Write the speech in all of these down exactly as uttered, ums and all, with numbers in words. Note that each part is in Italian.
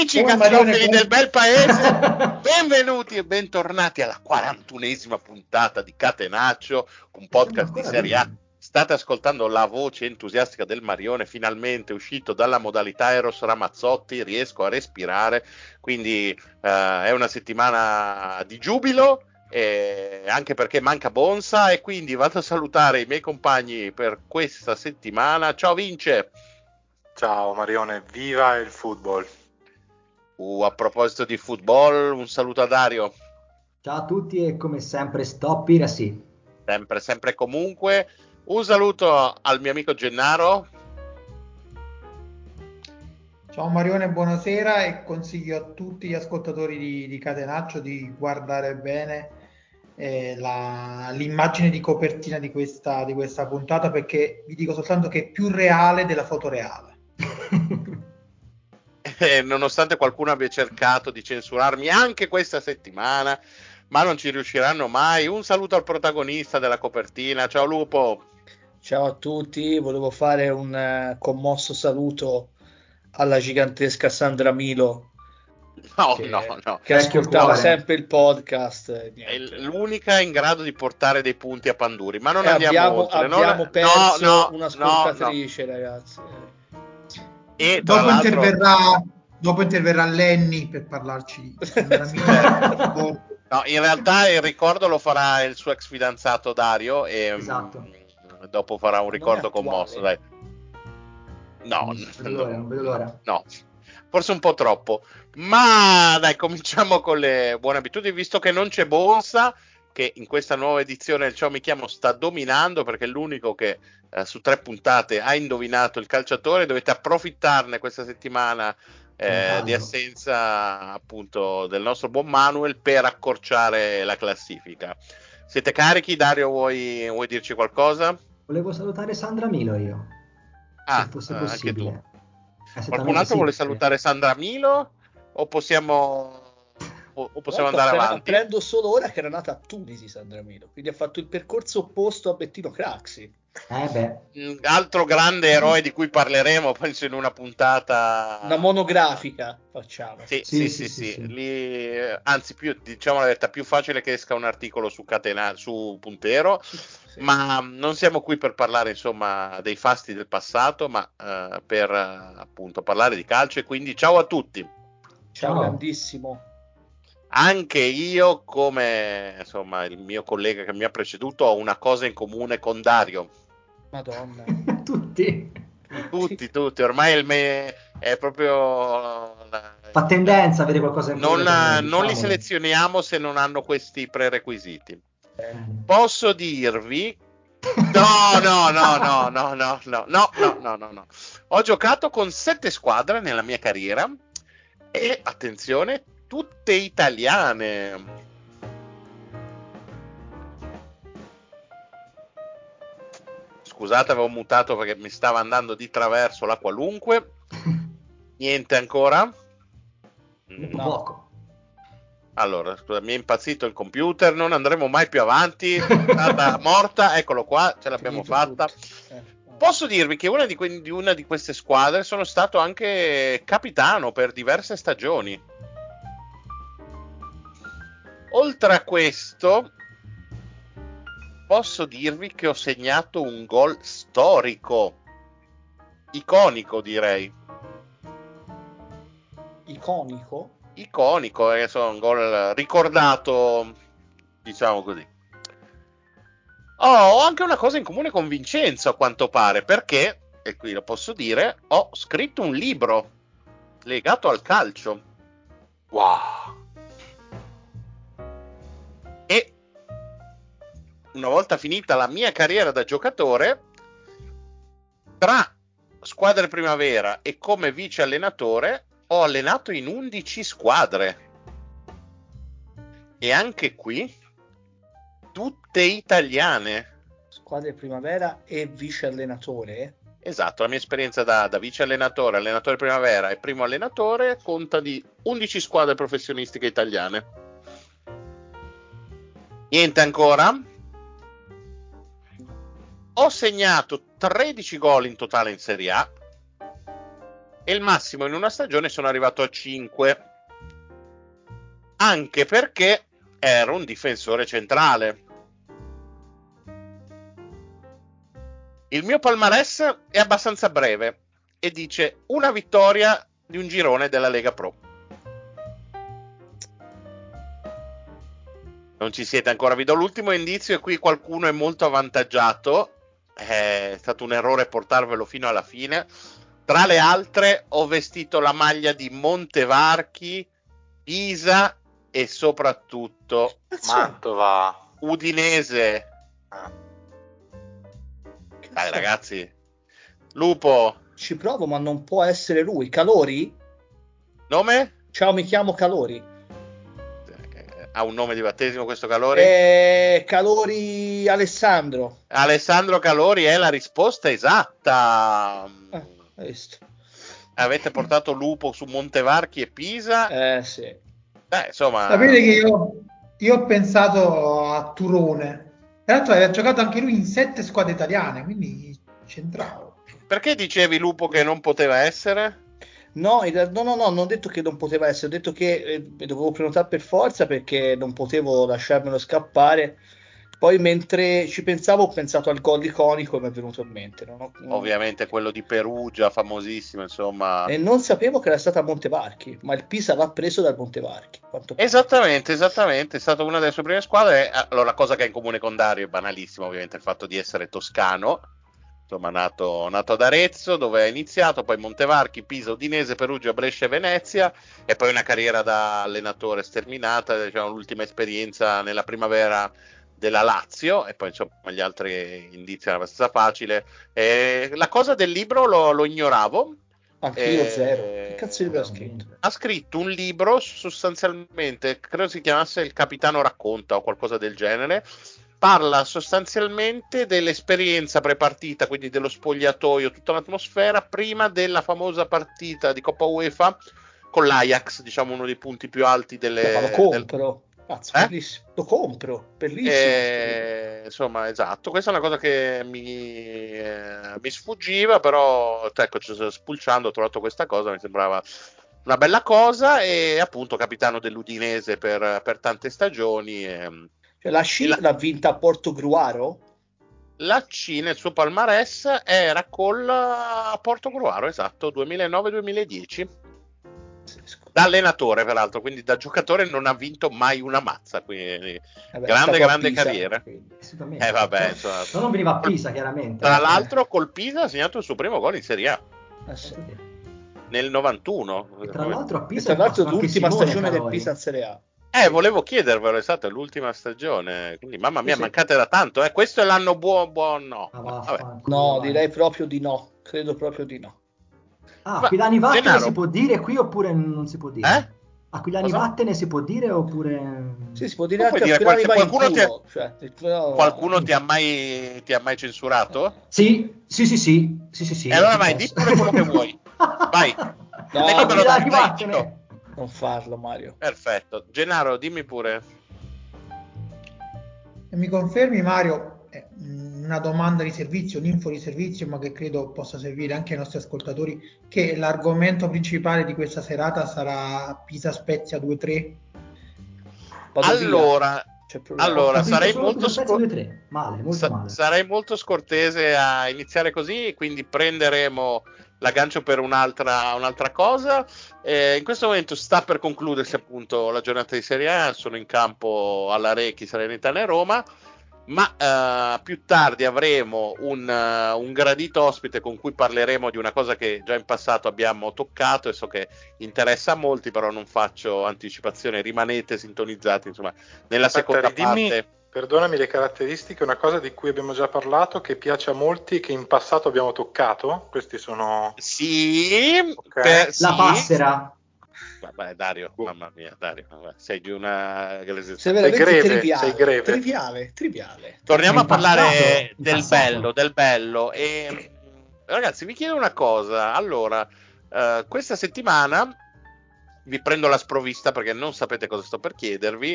Amici calciofili del bel paese, benvenuti e bentornati alla quarantunesima puntata di Catenaccio, un podcast di Serie A. State ascoltando la voce entusiastica del Marione, finalmente uscito dalla modalità Eros Ramazzotti, riesco a respirare, quindi eh, è una settimana di giubilo, eh, anche perché manca Bonsa, e quindi vado a salutare i miei compagni per questa settimana. Ciao Vince! Ciao Marione, viva il football! Uh, a proposito di football, un saluto a Dario. Ciao a tutti e come sempre stop Irasi. Sempre, sempre comunque. Un saluto al mio amico Gennaro. Ciao Marione, buonasera e consiglio a tutti gli ascoltatori di, di Catenaccio di guardare bene eh, la, l'immagine di copertina di questa, di questa puntata, perché vi dico soltanto che è più reale della foto reale. Eh, nonostante qualcuno abbia cercato di censurarmi anche questa settimana, ma non ci riusciranno mai. Un saluto al protagonista della copertina. Ciao Lupo. Ciao a tutti, volevo fare un uh, commosso saluto alla gigantesca Sandra Milo. No, che, no, no. Che ascoltava sempre il podcast. È l'unica in grado di portare dei punti a Panduri, ma non e andiamo abbiamo, oltre. Abbiamo non... perso no, no, un'ascoltatrice, no, no. ragazzi. E tra dopo, l'altro... interverrà, dopo interverrà Lenny per parlarci di Sandra Milo. No, in realtà il ricordo lo farà il suo ex fidanzato Dario e esatto. mh, dopo farà un ricordo commosso, dai. No, non vedo l'ora, non vedo l'ora. No, forse un po' troppo. Ma dai, cominciamo con le buone abitudini, visto che non c'è Bonsa, che in questa nuova edizione del Ciao mi chiamo sta dominando, perché è l'unico che eh, su tre puntate ha indovinato il calciatore. Dovete approfittarne questa settimana eh, di assenza appunto del nostro buon Manuel per accorciare la classifica. Siete carichi? Dario, vuoi, vuoi dirci qualcosa? Volevo salutare Sandra Milo io, ah, se fosse eh, possibile. anche tu. Qualcun altro sì, vuole sì. salutare Sandra Milo o possiamo o, o possiamo Pronto, andare appena, avanti? Prendo solo ora che era nata a Tunisi Sandra Milo, quindi ha fatto il percorso opposto a Bettino Craxi. Eh beh. Un altro grande eroe di cui parleremo, penso in una puntata, una monografica facciamo. Sì, sì, sì, sì, sì, sì, sì. sì. Lì, anzi, più, diciamo la verità, più facile che esca un articolo su Catena, su Puntero, Sì. ma non siamo qui per parlare, insomma, dei fasti del passato, ma uh, per uh, appunto parlare di calcio. E quindi ciao a tutti. Ciao, Ciao. grandissimo. Anche io, come insomma il mio collega che mi ha preceduto, ho una cosa in comune con Dario. Madonna. tutti. Tutti, tutti. Ormai il me è proprio... Fa tendenza a avere qualcosa in comune non, con noi, non li diciamolo. selezioniamo se non hanno questi prerequisiti. Eh. Posso dirvi... No, no, no, no, no, no, no, no, no, no, no, no. Ho giocato con sette squadre nella mia carriera e, attenzione, tutte italiane. Scusate, avevo mutato perché mi stava andando di traverso la qualunque. Niente ancora? No. Poco. Allora, scusa, mi è impazzito il computer, non andremo mai più avanti, è stata morta, eccolo qua, ce l'abbiamo Finito fatta. Eh, Posso dirvi che una di, que- di una di queste squadre sono stato anche capitano per diverse stagioni. Oltre a questo, posso dirvi che ho segnato un gol storico, iconico direi. Iconico? Iconico, eh, insomma, un gol ricordato, diciamo così. Oh, ho anche una cosa in comune con Vincenzo, a quanto pare, perché, e qui lo posso dire, ho scritto un libro legato al calcio. Wow! E una volta finita la mia carriera da giocatore, tra squadre primavera e come vice allenatore, ho allenato in undici squadre. E anche qui, tutte italiane. Squadre primavera e vice allenatore? Esatto, la mia esperienza da, da vice allenatore, allenatore primavera e primo allenatore conta di undici squadre professionistiche italiane. Niente ancora. Ho segnato tredici gol in totale in Serie A e il massimo in una stagione sono arrivato a cinque, anche perché ero un difensore centrale. Il mio palmarès è abbastanza breve e dice una vittoria di un girone della Lega Pro. Non ci siete ancora, vi do l'ultimo indizio e qui qualcuno è molto avvantaggiato, è stato un errore portarvelo fino alla fine. Tra le altre ho vestito la maglia di Montevarchi, Pisa e soprattutto Mantova, Udinese. ah. Dai ragazzi, Lupo, ci provo, ma non può essere lui. Calori? nome? Ciao, mi chiamo Calori. Ha un nome di battesimo questo Calori? Eh, Calori Alessandro. Alessandro Calori è la risposta esatta. Ah, hai visto. Avete portato Lupo su Montevarchi e Pisa. Eh sì. Beh, insomma. Sapete che io, io ho pensato a Turone. Tra l'altro aveva giocato anche lui in sette squadre italiane, quindi centrale. Perché dicevi Lupo che non poteva essere? No, in realtà, no, no, no, non ho detto che non poteva essere, ho detto che eh, dovevo prenotare per forza perché non potevo lasciarmelo scappare. Poi mentre ci pensavo ho pensato al gol iconico e mi è venuto in mente. Non ho- non- Ovviamente quello di Perugia, famosissimo, insomma. E non sapevo che era stata a Montevarchi, ma il Pisa l'ha preso dal Montevarchi. Quanto pare. Esattamente, esattamente, è stata una delle sue prime squadre. Allora, la cosa che ha in comune con Dario è banalissima, ovviamente, il fatto di essere toscano. Insomma, nato, nato ad Arezzo, dove ha iniziato, poi Montevarchi, Pisa, Udinese, Perugia, Brescia e Venezia, e poi una carriera da allenatore sterminata, diciamo, l'ultima esperienza nella primavera della Lazio, e poi insomma gli altri indizi erano abbastanza facili. E la cosa del libro lo, lo ignoravo. Anch'io Eh, zero. Che cazzo di libro ha scritto? Ha scritto un libro sostanzialmente, credo si chiamasse Il Capitano Racconta o qualcosa del genere. Parla sostanzialmente dell'esperienza prepartita, quindi dello spogliatoio, tutta l'atmosfera prima della famosa partita di Coppa UEFA con l'Ajax, diciamo uno dei punti più alti delle... Beh, ma lo compro. Cazzo, Eh? bellissimo. Lo compro, bellissimo. Eh, insomma, esatto, questa è una cosa che mi, eh, mi sfuggiva, però ecco, cioè, spulciando ho trovato questa cosa, mi sembrava una bella cosa, e appunto capitano dell'Udinese per, per tante stagioni. E, Cioè, la e sci la, l'ha vinta a Portogruaro? la C nel suo palmarès era col Portogruaro, esatto, duemilanove duemiladieci. Da allenatore, peraltro, quindi da giocatore non ha vinto mai una mazza. Quindi Vabbè, grande, stavo a grande Pisa, carriera. quindi. Assolutamente. Eh, vabbè, insomma. No, non veniva a Pisa, chiaramente. Tra eh. l'altro, col Pisa ha segnato il suo primo gol in Serie A Eh sì. nel novantuno. E tra l'altro a E Pisa tra è l'altro passato anche l'ultima Simone stagione del Calori. Pisa in Serie A. Eh, volevo chiedervelo, è stata l'ultima stagione. Quindi, mamma mia, Sì, sì. mancate da tanto. Eh. Questo è l'anno buono, buono. No. Ah, Vabbè. vaffanculo, No, vai. direi proprio di no. Credo proprio di no. Ah, Ma, Aquilani Vattene Gennaro, si può dire qui oppure non si può dire? eh? Aquilani Cosa? Vattene si può dire oppure... Sì, si può dire Non puoi anche dire, Aquilani se va in qualcuno ti ha, culo. Cioè, però- qualcuno ti ha mai, ti ha mai censurato? Sì, sì, sì, sì, sì, sì, sì, E è allora vai, di successo. pure quello che vuoi. Vai. No, Sei libero da Aquilani dai, dillo. Vattene. non farlo, Mario. Perfetto. Gennaro, dimmi pure. E mi confermi, Mario, è una domanda di servizio, un'info di servizio, ma che credo possa servire anche ai nostri ascoltatori, che l'argomento principale di questa serata sarà Pisa Spezia due tre. Vado Allora, via. C'è problema. allora Ho capito sarei solo molto, Pisa Spezia scor- due tre. Male, molto sa- male. sarei molto scortese a iniziare così, quindi prenderemo l'aggancio per un'altra, un'altra cosa. Eh, in questo momento sta per concludersi appunto la giornata di Serie A, sono in campo alla Recchi, Salernitana e Roma, ma eh, più tardi avremo un, eh, un gradito ospite con cui parleremo di una cosa che già in passato abbiamo toccato e so che interessa a molti, però non faccio anticipazione, rimanete sintonizzati, insomma, nella Aspetta, seconda ridimmi, parte. perdonami le caratteristiche, una cosa di cui abbiamo già parlato, che piace a molti, che in passato abbiamo toccato. Questi sono... Sì, Ok. per- La sì. passera. Vabbè, Dario, mamma mia, Dario, vabbè, sei di una Sei veramente greve, triviale. sei greve. Triviale, triviale. Torniamo Ma a in passato, parlare in del passato. bello, del bello. E ragazzi, vi chiedo una cosa. Allora, eh, questa settimana vi prendo la sprovvista perché non sapete cosa sto per chiedervi.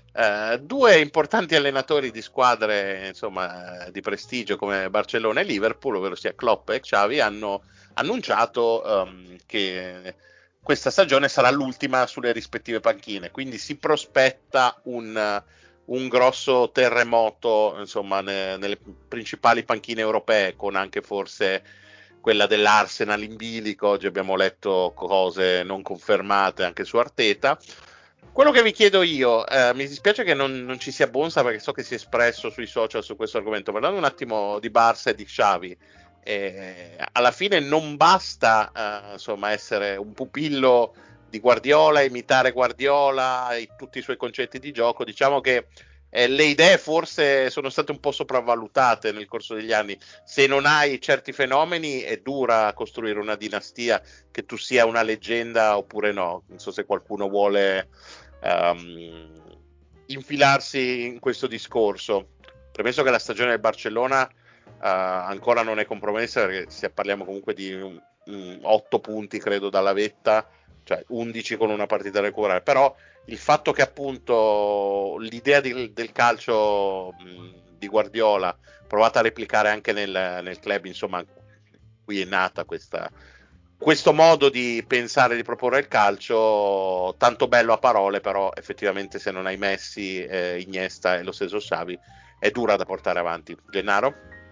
eh, due importanti allenatori di squadre insomma di prestigio come Barcellona e Liverpool, ovvero sia Klopp e Xavi, hanno annunciato um, che questa stagione sarà l'ultima sulle rispettive panchine, quindi si prospetta un, un grosso terremoto insomma ne, nelle principali panchine europee, con anche forse quella dell'Arsenal in bilico. Oggi abbiamo letto cose non confermate anche su Arteta. Quello che vi chiedo io, eh, mi dispiace che non, non ci sia Bonsa, perché so che si è espresso sui social su questo argomento. Parlando un attimo di Barça e di Xavi, eh, alla fine non basta eh, insomma essere un pupillo di Guardiola, imitare Guardiola e tutti i suoi concetti di gioco. Diciamo che eh, le idee forse sono state un po' sopravvalutate nel corso degli anni. Se non hai certi fenomeni è dura costruire una dinastia, che tu sia una leggenda oppure no. Non so se qualcuno vuole um, infilarsi in questo discorso, premesso che la stagione del Barcellona uh, ancora non è compromessa, perché se parliamo comunque di um, um, otto punti credo dalla vetta, cioè undici con una partita da recuperare. Però il fatto che appunto l'idea di, del calcio mh, di Guardiola provata a replicare anche nel, nel club, insomma qui è nata questa, questo modo di pensare, di proporre il calcio, tanto bello a parole, però effettivamente se non hai Messi, eh, Iniesta e lo stesso Xavi è dura da portare avanti. Gennaro?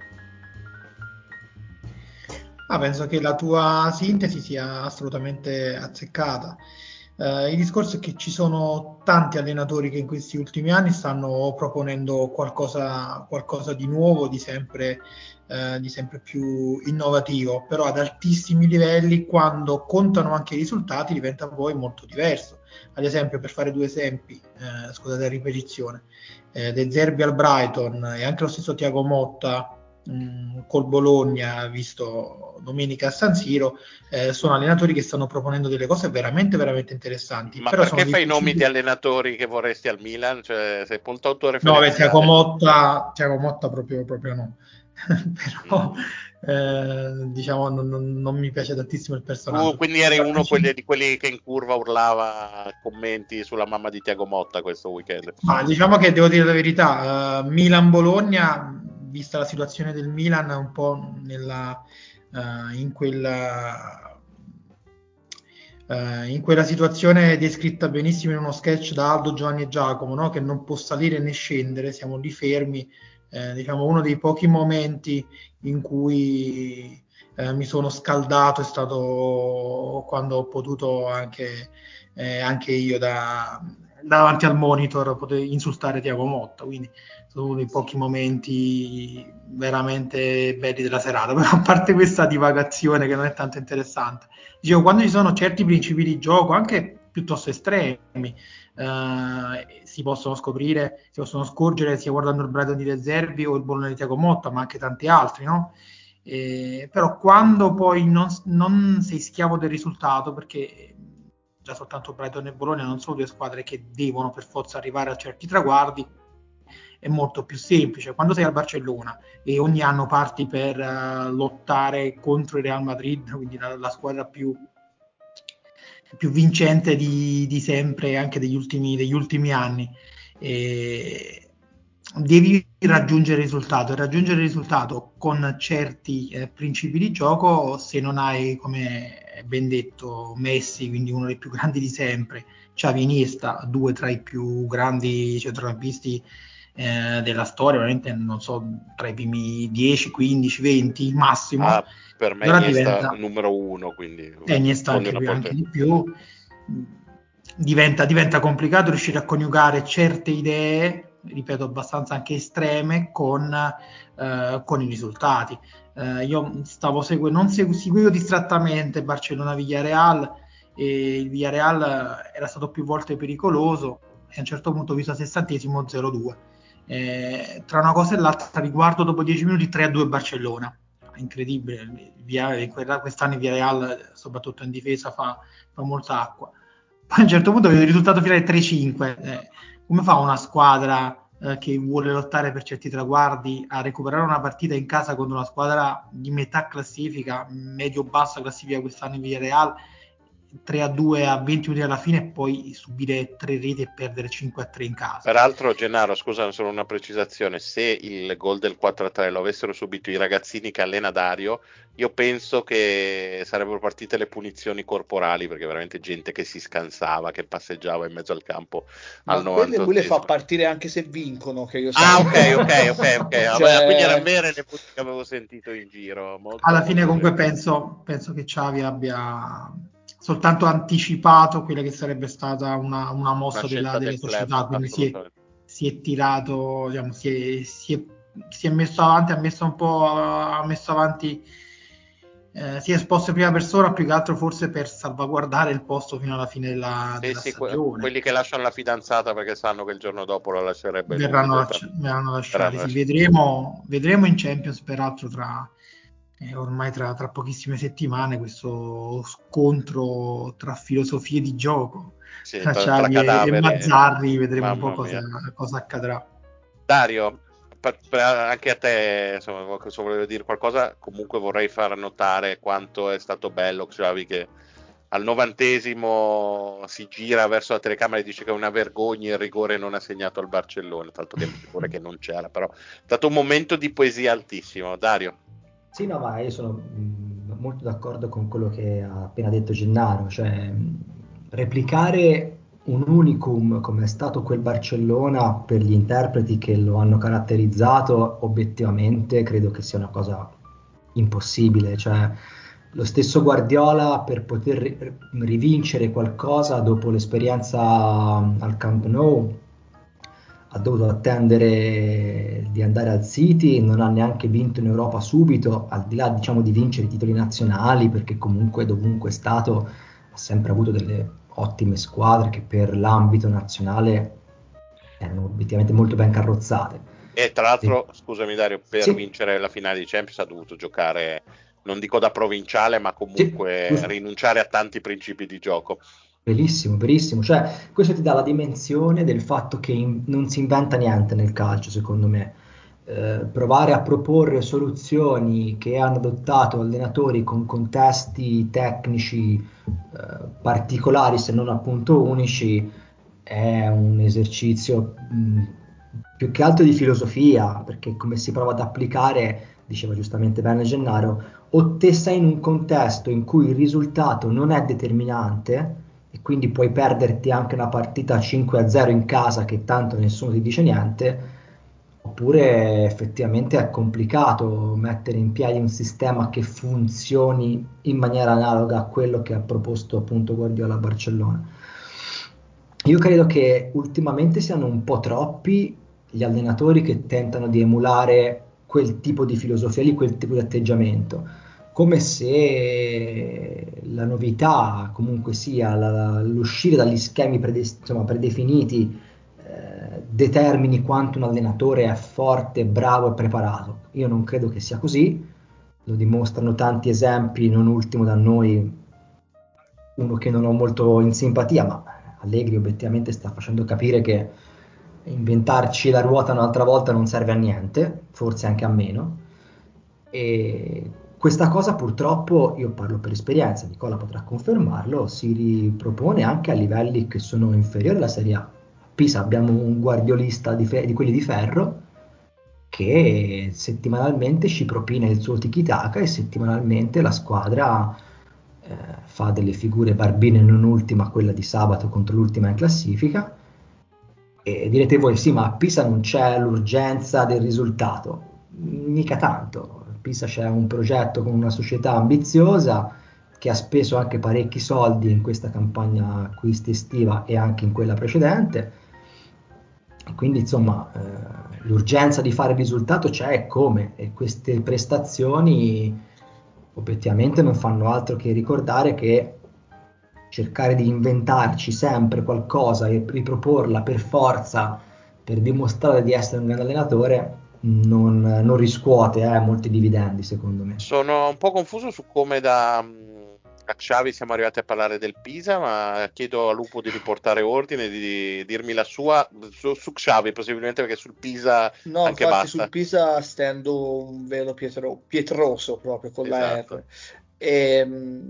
Ah, penso che la tua sintesi sia assolutamente azzeccata. Eh, il discorso è che ci sono tanti allenatori che in questi ultimi anni stanno proponendo qualcosa, qualcosa di nuovo, di sempre, eh, di sempre più innovativo, però ad altissimi livelli. Quando contano anche i risultati diventa poi molto diverso. Ad esempio, per fare due esempi, eh, scusate la ripetizione, eh, De Zerbi al Brighton e anche lo stesso Thiago Motta col Bologna, visto domenica a San Siro, eh, sono allenatori che stanno proponendo delle cose veramente veramente interessanti. Ma però perché sono fai i nomi difficili. di allenatori che vorresti al Milan? Cioè, sei molto No, beh, Thiago autoreferenziale. Motta, Thiago Motta proprio, proprio no. Però Mm. eh, diciamo non, non- non mi piace tantissimo il Tu personaggio. quindi eri uno quelli- di quelli che in curva urlava commenti sulla mamma di Thiago Motta questo weekend. Ma diciamo che devo dire la verità, eh, Milan-Bologna, vista la situazione del Milan, è un po' nella, eh, in quella, eh, in quella situazione descritta benissimo in uno sketch da Aldo, Giovanni e Giacomo, no? Che non può salire né scendere, siamo lì fermi. Eh, diciamo uno dei pochi momenti in cui eh, mi sono scaldato è stato quando ho potuto anche, eh, anche io da davanti al monitor poter insultare Thiago Motta, quindi sono uno dei pochi momenti veramente belli della serata. Però a parte questa divagazione che non è tanto interessante, dicevo, quando ci sono certi principi di gioco anche piuttosto estremi, eh, si possono scoprire, si possono scorgere sia guardando il Brighton di De Zerbi o il Bologna di Thiago Motta, ma anche tanti altri, no? Eh, però quando poi non, non sei schiavo del risultato, perché già soltanto Brighton e Bologna non sono due squadre che devono per forza arrivare a certi traguardi, è molto più semplice. Quando sei al Barcellona e ogni anno parti per uh, lottare contro il Real Madrid, quindi la, la squadra più, più vincente di, di sempre, anche degli ultimi, degli ultimi anni, e devi raggiungere il risultato e raggiungere il risultato con certi eh, principi di gioco. Se non hai, come ben detto, Messi, quindi uno dei più grandi di sempre, Xavi, Iniesta, due tra i più grandi centrocampisti eh, della storia, veramente non so, tra i primi dieci, quindici, venti massimo, Ah, per me allora Iniesta diventa, numero uno, quindi e Iniesta sfondi anche, una più- anche porta. di più. Diventa, diventa complicato riuscire a coniugare certe idee, ripeto, abbastanza anche estreme, con, eh, con i risultati. Eh, io stavo seguendo, non segu- seguivo distrattamente Barcellona-Villarreal, e il Villarreal era stato più volte pericoloso e a un certo punto ho visto al sessantesimo zero due. Eh, tra una cosa e l'altra riguardo dopo dieci minuti tre a due Barcellona. Incredibile, via, quest'anno il Villarreal, soprattutto in difesa, fa, fa molta acqua. Poi a un certo punto vedo il risultato finale tre cinque. Eh, come fa una squadra eh, che vuole lottare per certi traguardi a recuperare una partita in casa contro una squadra di metà classifica, medio-bassa classifica quest'anno in Villarreal, tre a due a venti minuti alla fine e poi subire tre reti e perdere cinque a tre in casa. Peraltro, Gennaro, scusa, solo una precisazione: se il gol del quattro a tre lo avessero subito i ragazzini che allena Dario, io penso che sarebbero partite le punizioni corporali, perché veramente gente che si scansava, che passeggiava in mezzo al campo al Ma quelle lui le fa novantotesimo. partire anche se vincono, che io Ah, sappia. ok, ok, ok, ok. Cioè, Vabbè, quindi erano vere le voci che avevo sentito in giro. Molto, Alla fine molto comunque bene. penso, penso che Xavi abbia soltanto anticipato quella che sarebbe stata una, una Una mossa della, scelta delle del club, società, quindi si è, assolutamente. si è tirato, diciamo, si è, si è- si è messo avanti, ha messo un po', ha messo avanti, eh, si è esposto in prima persona, più che altro forse per salvaguardare il posto fino alla fine della, Sì, della sì, que- stagione. quelli che lasciano la fidanzata perché sanno che il giorno dopo la lascerebbe lui. Verranno, Esattamente. lasci- verranno lasciati. Verranno Sì, lasciati. vedremo, vedremo in Champions, peraltro, tra, eh, ormai tra, tra pochissime settimane, questo scontro tra filosofie di gioco Sì, tra tra, tra Xavi e, e cadaveri, eh, Mazzarri. Vedremo un po' mamma cosa, mia. cosa accadrà. Dario, per- per- anche a te, insomma, se volevo dire qualcosa, comunque vorrei far notare quanto è stato bello Xavi, che al novantesimo si gira verso la telecamera e dice che è una vergogna il rigore non assegnato al Barcellona, tanto che il rigore che non c'era, però è stato un momento di poesia altissimo. Dario. Sì, no, ma io sono mh, molto d'accordo con quello che ha appena detto Gennaro, cioè mh, replicare un unicum come è stato quel Barcellona per gli interpreti che lo hanno caratterizzato, obiettivamente credo che sia una cosa impossibile, cioè lo stesso Guardiola per poter ri- rivincere qualcosa dopo l'esperienza al Camp Nou ha dovuto attendere di andare al City, non ha neanche vinto in Europa subito, al di là diciamo di vincere i titoli nazionali, perché comunque dovunque è stato ha sempre avuto delle ottime squadre che per l'ambito nazionale erano obiettivamente molto ben carrozzate. E tra E- l'altro, scusami Dario, per sì, vincere la finale di Champions ha dovuto giocare, non dico da provinciale, ma sì, comunque giusto. rinunciare a tanti principi di gioco. Verissimo, verissimo. Cioè, questo ti dà la dimensione del fatto che in- non si inventa niente nel calcio, secondo me. Eh, provare a proporre soluzioni che hanno adottato allenatori con contesti tecnici eh, particolari, se non appunto unici, è un esercizio mh, più che altro di filosofia, perché come si prova ad applicare, diceva giustamente bene Gennaro, o te sei in un contesto in cui il risultato non è determinante e quindi puoi perderti anche una partita cinque a zero in casa che tanto nessuno ti dice niente, oppure effettivamente è complicato mettere in piedi un sistema che funzioni in maniera analoga a quello che ha proposto appunto Guardiola a Barcellona. Io credo che ultimamente siano un po' troppi gli allenatori che tentano di emulare quel tipo di filosofia lì, quel tipo di atteggiamento, come se la novità comunque sia la- l'uscire dagli schemi predes- insomma, predefiniti eh, determini quanto un allenatore è forte, bravo e preparato. Io non credo che sia così, lo dimostrano tanti esempi, non ultimo da noi, uno che non ho molto in simpatia, ma Allegri obiettivamente sta facendo capire che inventarci la ruota un'altra volta non serve a niente, forse anche a meno. E questa cosa purtroppo, io parlo per esperienza, Nicola potrà confermarlo, si ripropone anche a livelli che sono inferiori alla Serie A. A Pisa abbiamo un guardiolista di, fe- di quelli di ferro che settimanalmente ci propina il suo tiki-taka e settimanalmente la squadra eh, fa delle figure barbine, non ultima quella di sabato contro l'ultima in classifica. E direte voi, sì, ma a Pisa non c'è l'urgenza del risultato. Mica tanto. A Pisa c'è un progetto con una società ambiziosa che ha speso anche parecchi soldi in questa campagna acquisti estiva e anche in quella precedente. Quindi, insomma, eh, l'urgenza di fare il risultato c'è e come, e queste prestazioni obiettivamente non fanno altro che ricordare che cercare di inventarci sempre qualcosa e riproporla per forza per dimostrare di essere un grande allenatore non, non riscuote eh, molti dividendi, secondo me. Sono un po' confuso su come da mh, a Xavi siamo arrivati a parlare del Pisa, ma chiedo a Lupo di riportare ordine e di dirmi la sua su, su Xavi, possibilmente, perché sul Pisa no, anche infatti sul basta. Pisa stendo un velo pietro- pietroso proprio con la Esatto. R. E, mh,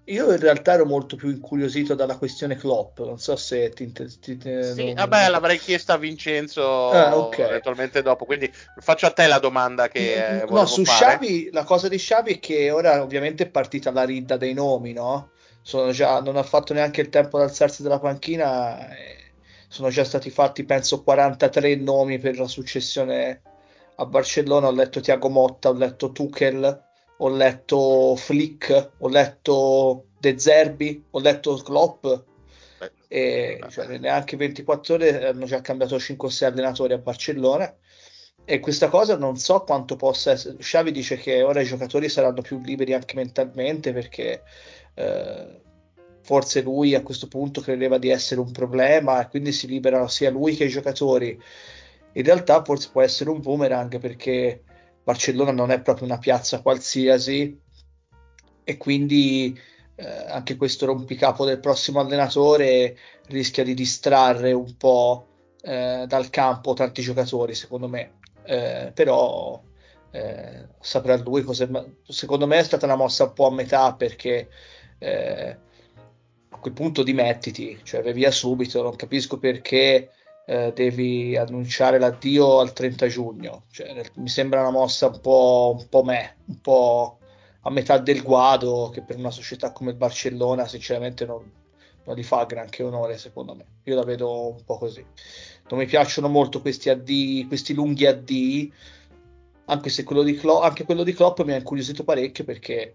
Io in realtà ero molto più incuriosito dalla questione Klopp, non so se ti, ti, ti Sì, non, vabbè, non... l'avrei chiesta a Ah, Vincenzo ok. eventualmente dopo, quindi faccio a te la domanda che eh, No, volevo su fare. Xavi, la cosa di Xavi è che ora ovviamente è partita la ridda dei nomi, no? Sono già, non ha fatto neanche il tempo di alzarsi dalla panchina, e sono già stati fatti, penso, quarantatré nomi per la successione a Barcellona. Ho letto Thiago Motta, ho letto Tuchel, ho letto Flick, ho letto De Zerbi, ho letto Klopp, Beh, e cioè, neanche ventiquattro ore hanno già cambiato cinque o sei allenatori a Barcellona. E questa cosa non so quanto possa essere. Xavi dice che ora i giocatori saranno più liberi anche mentalmente perché eh, forse lui a questo punto credeva di essere un problema e quindi si liberano sia lui che i giocatori. In realtà forse può essere un boomerang perché Barcellona non è proprio una piazza qualsiasi e quindi eh, anche questo rompicapo del prossimo allenatore rischia di distrarre un po' eh, dal campo tanti giocatori, secondo me. Eh, però eh, saprà lui cosa. Secondo me è stata una mossa un po' a metà perché eh, a quel punto dimettiti, cioè vai via subito. Non capisco perché eh, devi annunciare l'addio al trenta giugno. Cioè, mi sembra una mossa un po', un po' me, un po' a metà del guado, che per una società come il Barcellona sinceramente non, non gli fa granché onore, secondo me. Io la vedo un po' così. Non mi piacciono molto questi addii, questi lunghi addii, anche se quello di Klopp, anche quello di Klopp mi ha incuriosito parecchio perché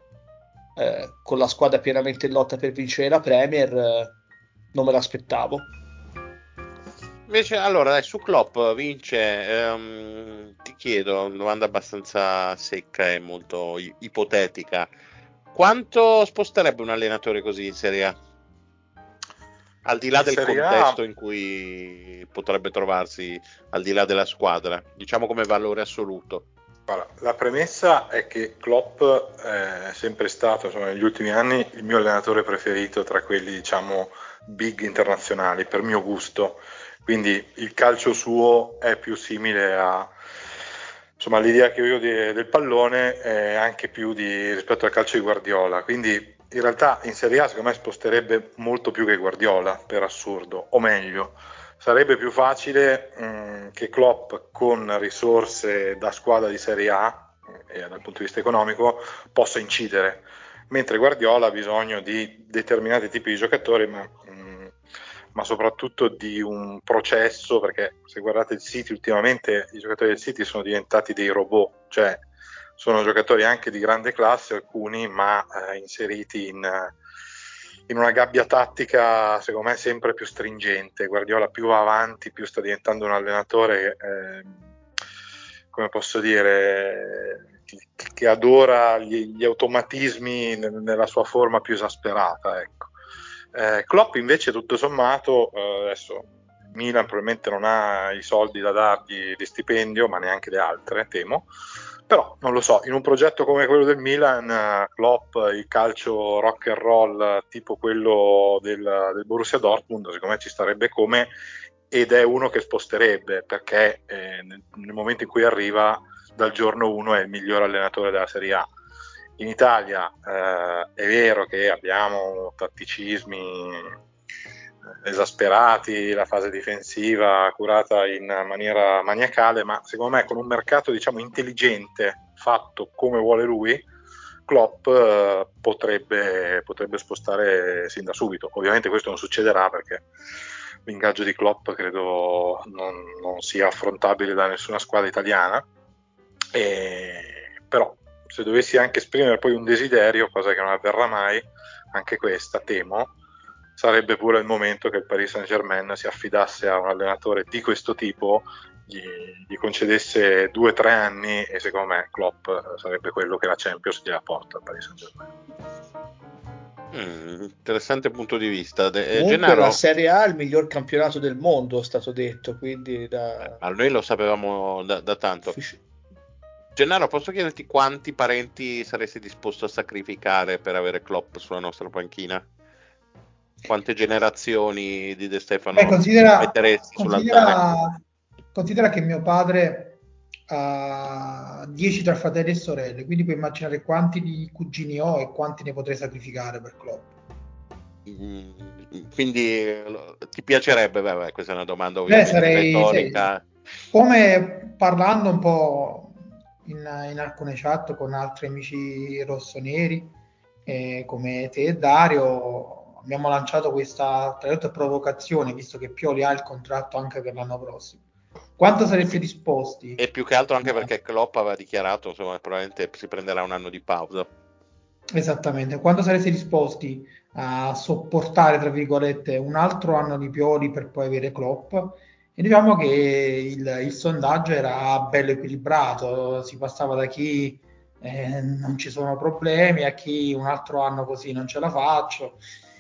eh, con la squadra pienamente in lotta per vincere la Premier eh, non me l'aspettavo. Invece, allora, dai, su Klopp vince, ehm, ti chiedo, una domanda abbastanza secca e molto i- ipotetica. Quanto sposterebbe un allenatore così in Serie A? Al di là In del Serie A, contesto in cui potrebbe trovarsi, al di là della squadra, diciamo come valore assoluto. guarda, la premessa è che Klopp è sempre stato, insomma, negli ultimi anni il mio allenatore preferito tra quelli, diciamo, big internazionali, per mio gusto. Quindi il calcio suo è più simile a, insomma, l'idea che io ho di- del pallone è anche più di, rispetto al calcio di Guardiola. Quindi in realtà in Serie A secondo me sposterebbe molto più che Guardiola, per assurdo, o meglio, sarebbe più facile mh, che Klopp con risorse da squadra di Serie A e eh, dal punto di vista economico possa incidere, mentre Guardiola ha bisogno di determinati tipi di giocatori, ma, mh, ma soprattutto di un processo, perché se guardate il City ultimamente i giocatori del City sono diventati dei robot, cioè sono giocatori anche di grande classe alcuni, ma eh, inseriti in, in una gabbia tattica secondo me sempre più stringente. Guardiola più va avanti, più sta diventando un allenatore eh, come posso dire, che, che adora gli, gli automatismi nella sua forma più esasperata, ecco. Eh, Klopp invece tutto sommato eh, adesso Milan probabilmente non ha i soldi da dargli di stipendio, ma neanche le altre, temo. Però non lo so, in un progetto come quello del Milan, Klopp, il calcio rock and roll tipo quello del, del Borussia Dortmund, secondo me ci starebbe come, ed è uno che sposterebbe, perché eh, nel, nel momento in cui arriva, dal giorno uno è il miglior allenatore della Serie A. In Italia eh, è vero che abbiamo tatticismi esasperati, la fase difensiva curata in maniera maniacale, ma secondo me con un mercato diciamo intelligente fatto come vuole lui, Klopp eh, potrebbe, potrebbe spostare sin da subito. Ovviamente questo non succederà perché l'ingaggio di Klopp credo non, non sia affrontabile da nessuna squadra italiana, e, però se dovessi anche esprimere poi un desiderio, cosa che non avverrà mai, anche questa temo, sarebbe pure il momento che il Paris Saint-Germain si affidasse a un allenatore di questo tipo, gli, gli concedesse due o tre anni, e secondo me Klopp sarebbe quello che la Champions gliela porta al Paris Saint-Germain. Mm, interessante punto di vista. De- eh, Comunque la Gennaro, Serie A è il miglior campionato del mondo, è stato detto, quindi eh, da... ma noi lo sapevamo da, da tanto. uffici- Gennaro, posso chiederti quanti parenti saresti disposto a sacrificare per avere Klopp sulla nostra panchina? Quante generazioni di De Beh, Stefano considera, metteresti sull'altare? considera, considera che mio padre ha dieci tra fratelli e sorelle, quindi puoi immaginare quanti di cugini ho e quanti ne potrei sacrificare per Klopp. Mm, quindi ti piacerebbe, beh, beh, questa è una domanda Beh, ovviamente sarei, retorica. sì, come parlando un po' in, in alcune chat con altri amici rossoneri, eh, come te e Dario, abbiamo lanciato questa tra l'altro provocazione, visto che Pioli ha il contratto anche per l'anno prossimo. Quanto sareste disposti? E più che altro anche a- perché Klopp aveva dichiarato, insomma, probabilmente si prenderà un anno di pausa. Esattamente, quanto sareste disposti a sopportare, tra virgolette, un altro anno di Pioli per poi avere Klopp? E diciamo che il, il sondaggio era bello equilibrato, si passava da chi eh, non ci sono problemi a chi un altro anno così non ce la faccio.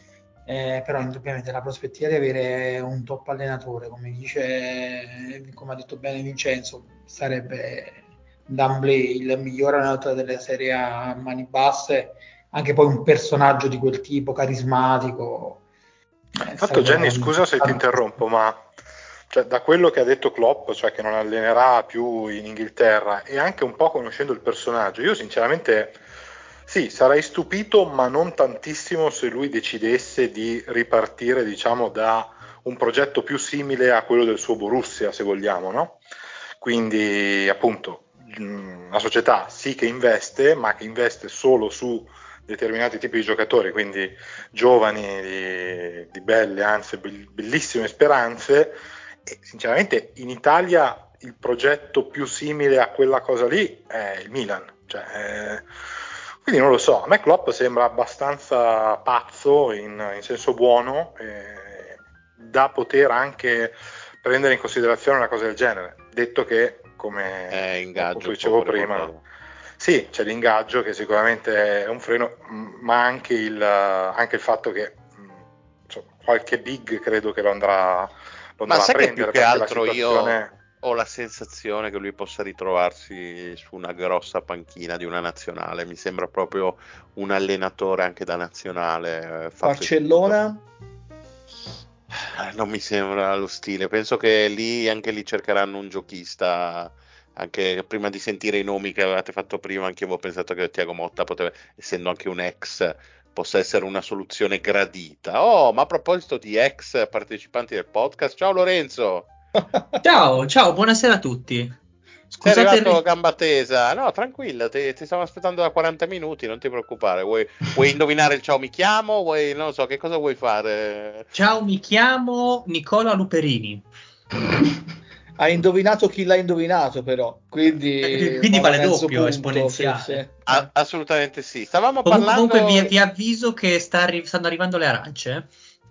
Eh, però indubbiamente la prospettiva di avere un top allenatore, come dice, come ha detto bene Vincenzo, sarebbe d'amblè il miglior allenatore delle Serie A a mani basse, anche poi un personaggio di quel tipo, carismatico. Eh, Tanto sarebbe Jenny, scusa se ti interrompo, ma cioè, da quello che ha detto Klopp, cioè che non allenerà più in Inghilterra, e anche un po' conoscendo il personaggio, io sinceramente sì, sarei stupito, ma non tantissimo se lui decidesse di ripartire, diciamo, da un progetto più simile a quello del suo Borussia, se vogliamo, no? Quindi, appunto, mh, la società sì che investe, ma che investe solo su determinati tipi di giocatori, quindi giovani di, di belle, anzi bellissime speranze, e sinceramente in Italia il progetto più simile a quella cosa lì è il Milan, cioè, eh, quindi non lo so, a me Klopp sembra abbastanza pazzo in, in senso buono, eh, da poter anche prendere in considerazione una cosa del genere, detto che come appunto dicevo prima, sì, c'è l'ingaggio che sicuramente è un freno, ma anche il, anche il fatto che insomma, qualche big credo che lo andrà, lo andrà Ma sai a prendere, che più che perché la altro situazione... io ho la sensazione che lui possa ritrovarsi su una grossa panchina di una nazionale. Mi sembra proprio un allenatore anche da nazionale. Eh, fatto Barcellona? Eh, non mi sembra lo stile. Penso che lì anche lì cercheranno un giochista. Anche prima di sentire i nomi che avevate fatto prima, anche io avevo pensato che Thiago Motta poteva, essendo anche un ex, possa essere una soluzione gradita. Oh, ma a proposito di ex partecipanti del podcast, ciao Lorenzo! Ciao, ciao, buonasera a tutti. Sei Scusate il arrivato a ri- gamba tesa? No, tranquilla, ti, ti stavo aspettando da quaranta minuti, non ti preoccupare. Vuoi, vuoi indovinare il ciao mi chiamo? Vuoi, non lo so, che cosa vuoi fare? Ciao, mi chiamo Nicola Luperini. Hai indovinato chi l'ha indovinato, però, Eh, quindi Quindi vale vale mezzo doppio, punto. Sì, sì. esponenziale. A- Eh. assolutamente sì. Stavamo Comunque, comunque vi, parlando. vi avviso che sta arri- stanno arrivando le arance.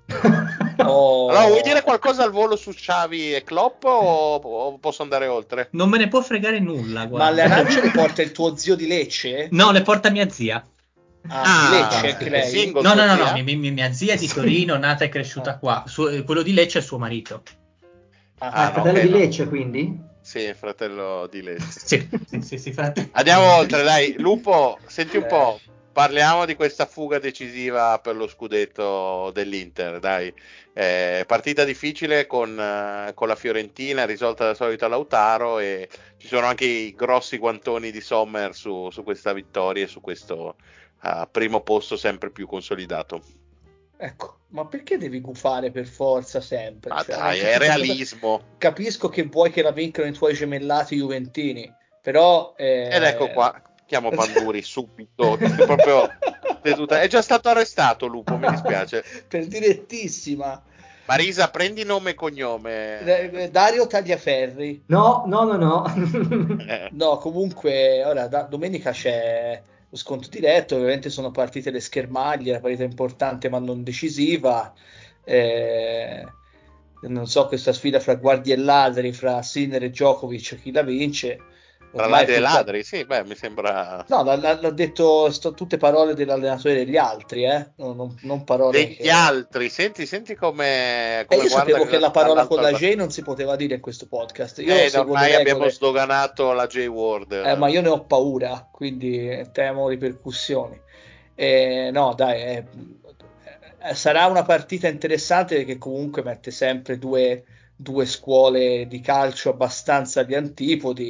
Allora, vuoi dire Oh. qualcosa al volo su Xavi e Klopp o, o posso andare oltre? Non me ne può fregare nulla, Ma le guarda. arance le porta il tuo zio di Lecce? No, le porta mia zia. Ah, di Lecce anche Ah, è Fantastico. lei? single No, no, tua no, no, zia? mi- mi- mia zia è di Torino, nata e cresciuta Ah, qua. Su- eh, quello di Lecce è suo marito. ah, Ah, Ah, il no, ah. ok, fratello di no. Lecce, quindi? Sì, fratello di Lecce. Sì, sì, sì, sì, frate- Andiamo oltre, dai. Lupo, senti un Eh, po'. Parliamo di questa fuga decisiva per lo scudetto dell'Inter, dai. Eh, partita difficile con, eh, con la Fiorentina, risolta da solito a Lautaro e ci sono anche i grossi guantoni di Sommer su, su questa vittoria e su questo eh, primo posto sempre più consolidato. ecco, ma perché devi gufare per forza sempre? Ma Cioè, non ho dai, è capito cosa... realismo. Capisco che vuoi che la vincano i tuoi gemellati juventini, però... Ed ecco Eh... qua, chiamo Panduri subito, proprio seduta. È già stato arrestato Lupo, mi dispiace. per direttissima. Marisa, prendi nome e cognome. Eh, Dario Tagliaferri. No, no, no, no. Eh, No, comunque, ora da- domenica c'è lo sconto diretto, ovviamente sono partite le schermaglie, la partita importante ma non decisiva. Eh, non so, questa sfida fra guardie e ladri, fra Sinner e Djokovic, chi la vince? Tra Ormai è ladri e tutta... ladri, sì, beh, mi sembra No, l'ha, l'ha- l'ha detto, sto, tutte parole dell'allenatore degli altri, eh? No, non, non parole degli che... altri. Senti, senti come, E come io guarda sapevo che la parola con dall'alto al la basso. J non si poteva dire in questo podcast. Io Eh, seguo le ormai abbiamo regole. sdoganato la Eh, ma J-Word. io ne ho paura, quindi temo ripercussioni. Eh, no, dai, eh, eh, sarà una partita interessante perché comunque mette sempre due, due scuole di calcio abbastanza di antipodi.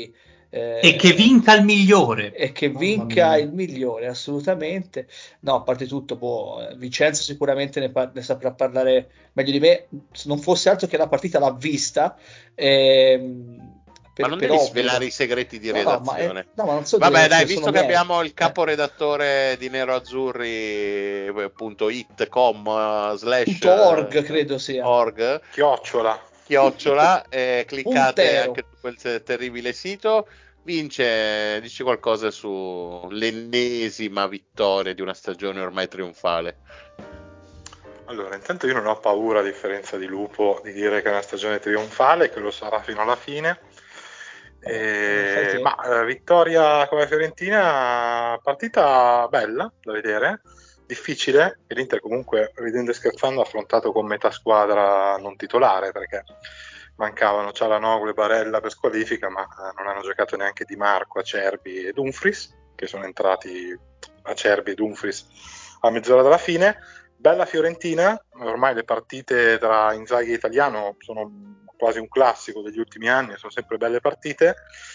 Eh, E che vinca il migliore. E che Mamma vinca mia. il migliore, assolutamente. No, a parte tutto, boh, eh, Vincenzo sicuramente ne, par- ne saprà parlare meglio di me. Se non fosse altro che la partita l'ha vista, ehm, Ma per, non per devi ovvio. svelare i segreti di No, no, ma, è- redazione. no, ma non so di Vabbè, dai, redazione, visto sono che miei. abbiamo il Eh. caporedattore di neroazzurri punto it punto com eh, slash Punto org, eh, credo sia. org, Chiocciola. chiocciola, eh, cliccate Puntero. anche su quel te- terribile sito. Vince, dici qualcosa sull'ennesima vittoria di una stagione ormai trionfale. Allora, intanto io non ho paura, a differenza di Lupo, di dire che è una stagione trionfale, che lo sarà fino alla fine. Eh, Eh, ma eh, vittoria come Fiorentina, partita bella da vedere, difficile, e l'Inter comunque, ridendo e scherzando, ha affrontato con metà squadra non titolare, perché mancavano Cialanoglu e Barella per squalifica, ma eh, non hanno giocato neanche Di Marco, Acerbi e Dumfries, che sono entrati Acerbi e Dumfries a mezz'ora dalla fine. Bella Fiorentina, ormai le partite tra Inzaghi e Italiano sono quasi un classico degli ultimi anni, sono sempre belle partite.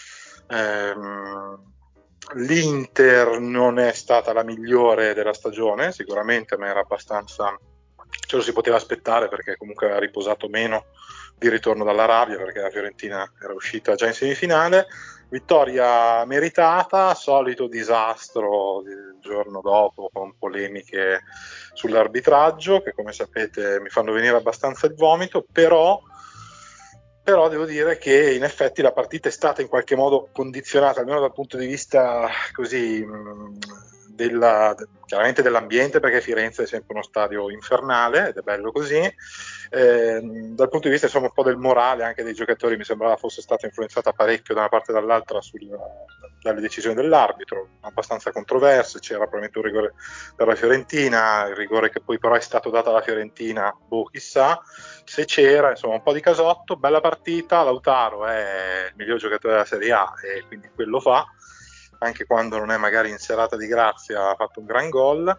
Ehm, L'Inter non è stata la migliore della stagione, sicuramente, ma era abbastanza, ce lo si poteva aspettare, perché comunque aveva riposato meno di ritorno dall'Arabia, perché la Fiorentina era uscita già in semifinale. Vittoria meritata, solito disastro il giorno dopo con polemiche sull'arbitraggio che, come sapete, mi fanno venire abbastanza il vomito, però però devo dire che in effetti la partita è stata in qualche modo condizionata, almeno dal punto di vista così mh, della, chiaramente dell'ambiente, perché Firenze è sempre uno stadio infernale ed è bello così. Eh, dal punto di vista, insomma, un po' del morale anche dei giocatori, mi sembrava fosse stata influenzata parecchio da una parte e dall'altra sul, dalle decisioni dell'arbitro, abbastanza controverse. C'era probabilmente un rigore per la Fiorentina, il rigore che poi però è stato dato alla Fiorentina, boh, chissà se c'era, insomma, un po' di casotto. Bella partita, Lautaro è il miglior giocatore della Serie A e quindi quello fa, anche quando non è magari in serata di grazia, ha fatto un gran gol.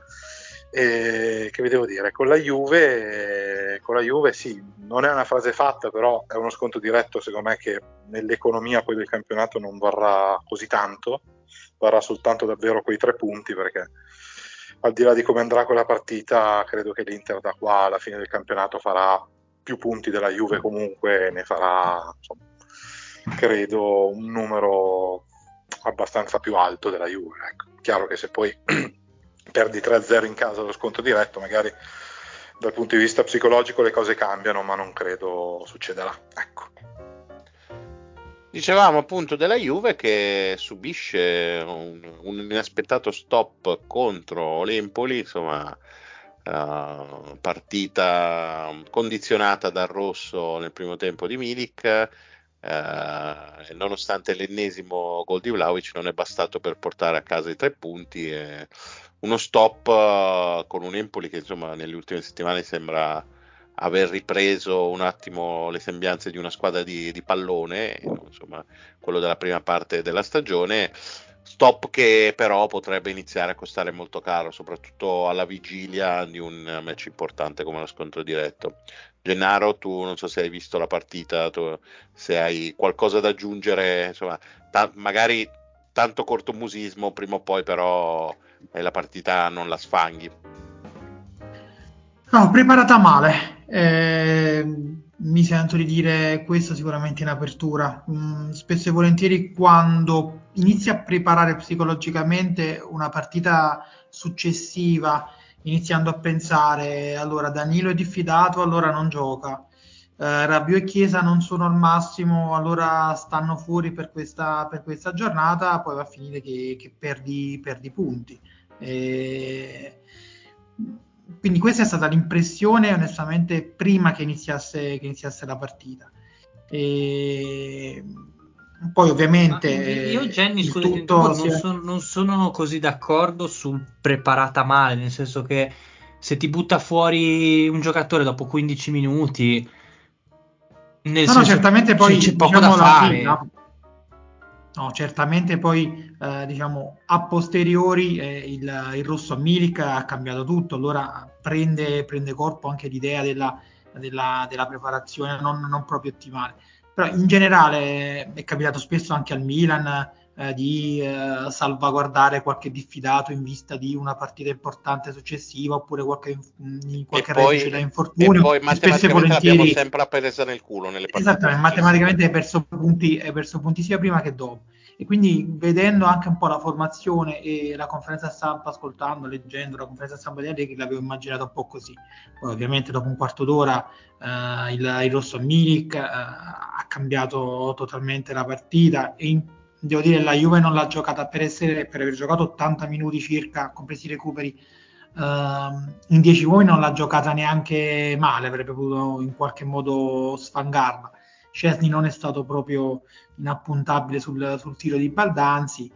E che vi devo dire, con la Juve, con la Juve sì, non è una frase fatta, però è uno sconto diretto, secondo me, che nell'economia poi del campionato non varrà così tanto, varrà soltanto davvero quei tre punti, perché al di là di come andrà quella partita, credo che l'Inter da qua alla fine del campionato farà più punti della Juve comunque, ne farà, insomma, credo un numero abbastanza più alto della Juve. Ecco. Chiaro che se poi perdi tre a zero in casa allo sconto diretto, magari dal punto di vista psicologico le cose cambiano, ma non credo succederà. Ecco. Dicevamo appunto della Juve che subisce un, un inaspettato stop contro l'Empoli, insomma, uh, partita condizionata dal rosso nel primo tempo di Milik. Uh, nonostante l'ennesimo gol di Vlahovic non è bastato per portare a casa i tre punti, e uno stop uh, con un Empoli che insomma nelle ultime settimane sembra aver ripreso un attimo le sembianze di una squadra di, di pallone, insomma quello della prima parte della stagione. Stop che però potrebbe iniziare a costare molto caro, soprattutto alla vigilia di un match importante come lo scontro diretto. Gennaro, tu non so se hai visto la partita, tu, se hai qualcosa da aggiungere, insomma, ta- magari tanto cortomusismo, prima o poi però eh, la partita non la sfanghi. No, preparata male. Eh, mi sento di dire questo sicuramente in apertura. Mm, spesso e volentieri quando inizi a preparare psicologicamente una partita successiva, iniziando a pensare, allora Danilo è diffidato, allora non gioca. Eh, Rabiot e Chiesa non sono al massimo, allora stanno fuori per questa, per questa giornata, poi va a finire che, che perdi, perdi punti. E quindi questa è stata l'impressione, onestamente, prima che iniziasse, che iniziasse la partita. E poi ovviamente Io, Jenny, il scusa, ti tutto interrompo, si non, è... son- non sono così d'accordo sul preparata male, nel senso che se ti butta fuori un giocatore dopo quindici minuti, nel No, no, senso certamente c'è, poi, c'è poco da diciamo, la, sì, fare. la- no, certamente poi, eh, diciamo, a posteriori eh, il, il rosso a Milik ha cambiato tutto, allora prende, prende corpo anche l'idea della, della, della preparazione non, non proprio ottimale. però in generale è capitato spesso anche al Milan eh, di eh, salvaguardare qualche diffidato in vista di una partita importante successiva, oppure qualche, in qualche e poi, reduce da e infortunio, poi e spesso e matematicamente l'abbiamo volentieri, sempre presa nel culo nelle partite esattamente, successive. matematicamente hai perso punti, hai perso punti sia prima che dopo. E quindi vedendo anche un po' la formazione e la conferenza stampa, ascoltando, leggendo la conferenza stampa di Allegri, l'avevo immaginato un po' così. Poi ovviamente dopo un quarto d'ora eh, il, il rosso a Milik eh, ha cambiato totalmente la partita e in, devo dire la Juve non l'ha giocata per essere, per aver giocato ottanta minuti circa, compresi i recuperi, uh, in dieci uomini non l'ha giocata neanche male, avrebbe potuto in qualche modo sfangarla. Szczesny non è stato proprio inappuntabile sul, sul tiro di Baldanzi,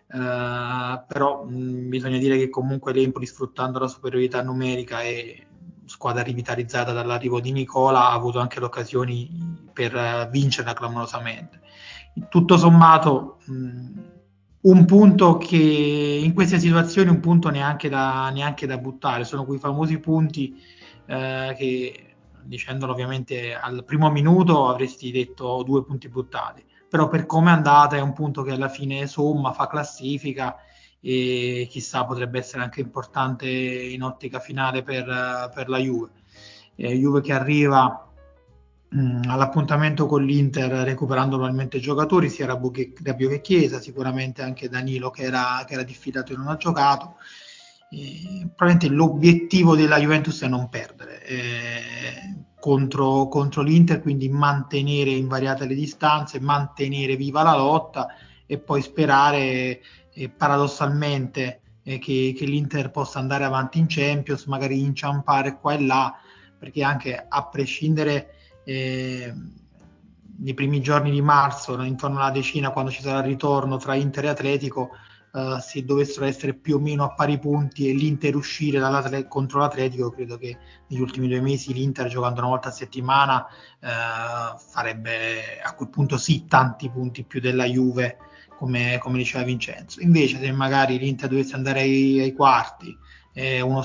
uh, però mh, bisogna dire che comunque l'Empoli, sfruttando la superiorità numerica e squadra rivitalizzata dall'arrivo di Nicola, ha avuto anche le occasioni per uh, vincerla clamorosamente. Tutto sommato mh, un punto che in queste situazioni un punto neanche da, neanche da buttare, sono quei famosi punti eh, che, dicendolo ovviamente al primo minuto, avresti detto due punti buttati, però per come è andata è un punto che alla fine somma, fa classifica e chissà, potrebbe essere anche importante in ottica finale per, per la Juve. Eh, Juve che arriva mh, all'appuntamento con l'Inter recuperando probabilmente giocatori, sia Rabiot che Chiesa, sicuramente anche Danilo che era, che era diffidato e non ha giocato. E probabilmente l'obiettivo della Juventus è non perdere eh, contro, contro l'Inter, quindi mantenere invariate le distanze, mantenere viva la lotta e poi sperare eh, paradossalmente eh, che, che l'Inter possa andare avanti in Champions, magari inciampare qua e là, perché anche a prescindere eh, nei primi giorni di marzo, intorno alla decina, quando ci sarà il ritorno tra Inter e Atletico, Uh, se dovessero essere più o meno a pari punti e l'Inter uscire contro l'Atletico, credo che negli ultimi due mesi l'Inter, giocando una volta a settimana, uh, farebbe a quel punto sì tanti punti più della Juve, come, come diceva Vincenzo. Invece se magari l'Inter dovesse andare ai, ai quarti, eh, uno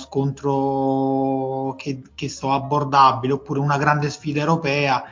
scontro che, che so abbordabile, oppure una grande sfida europea,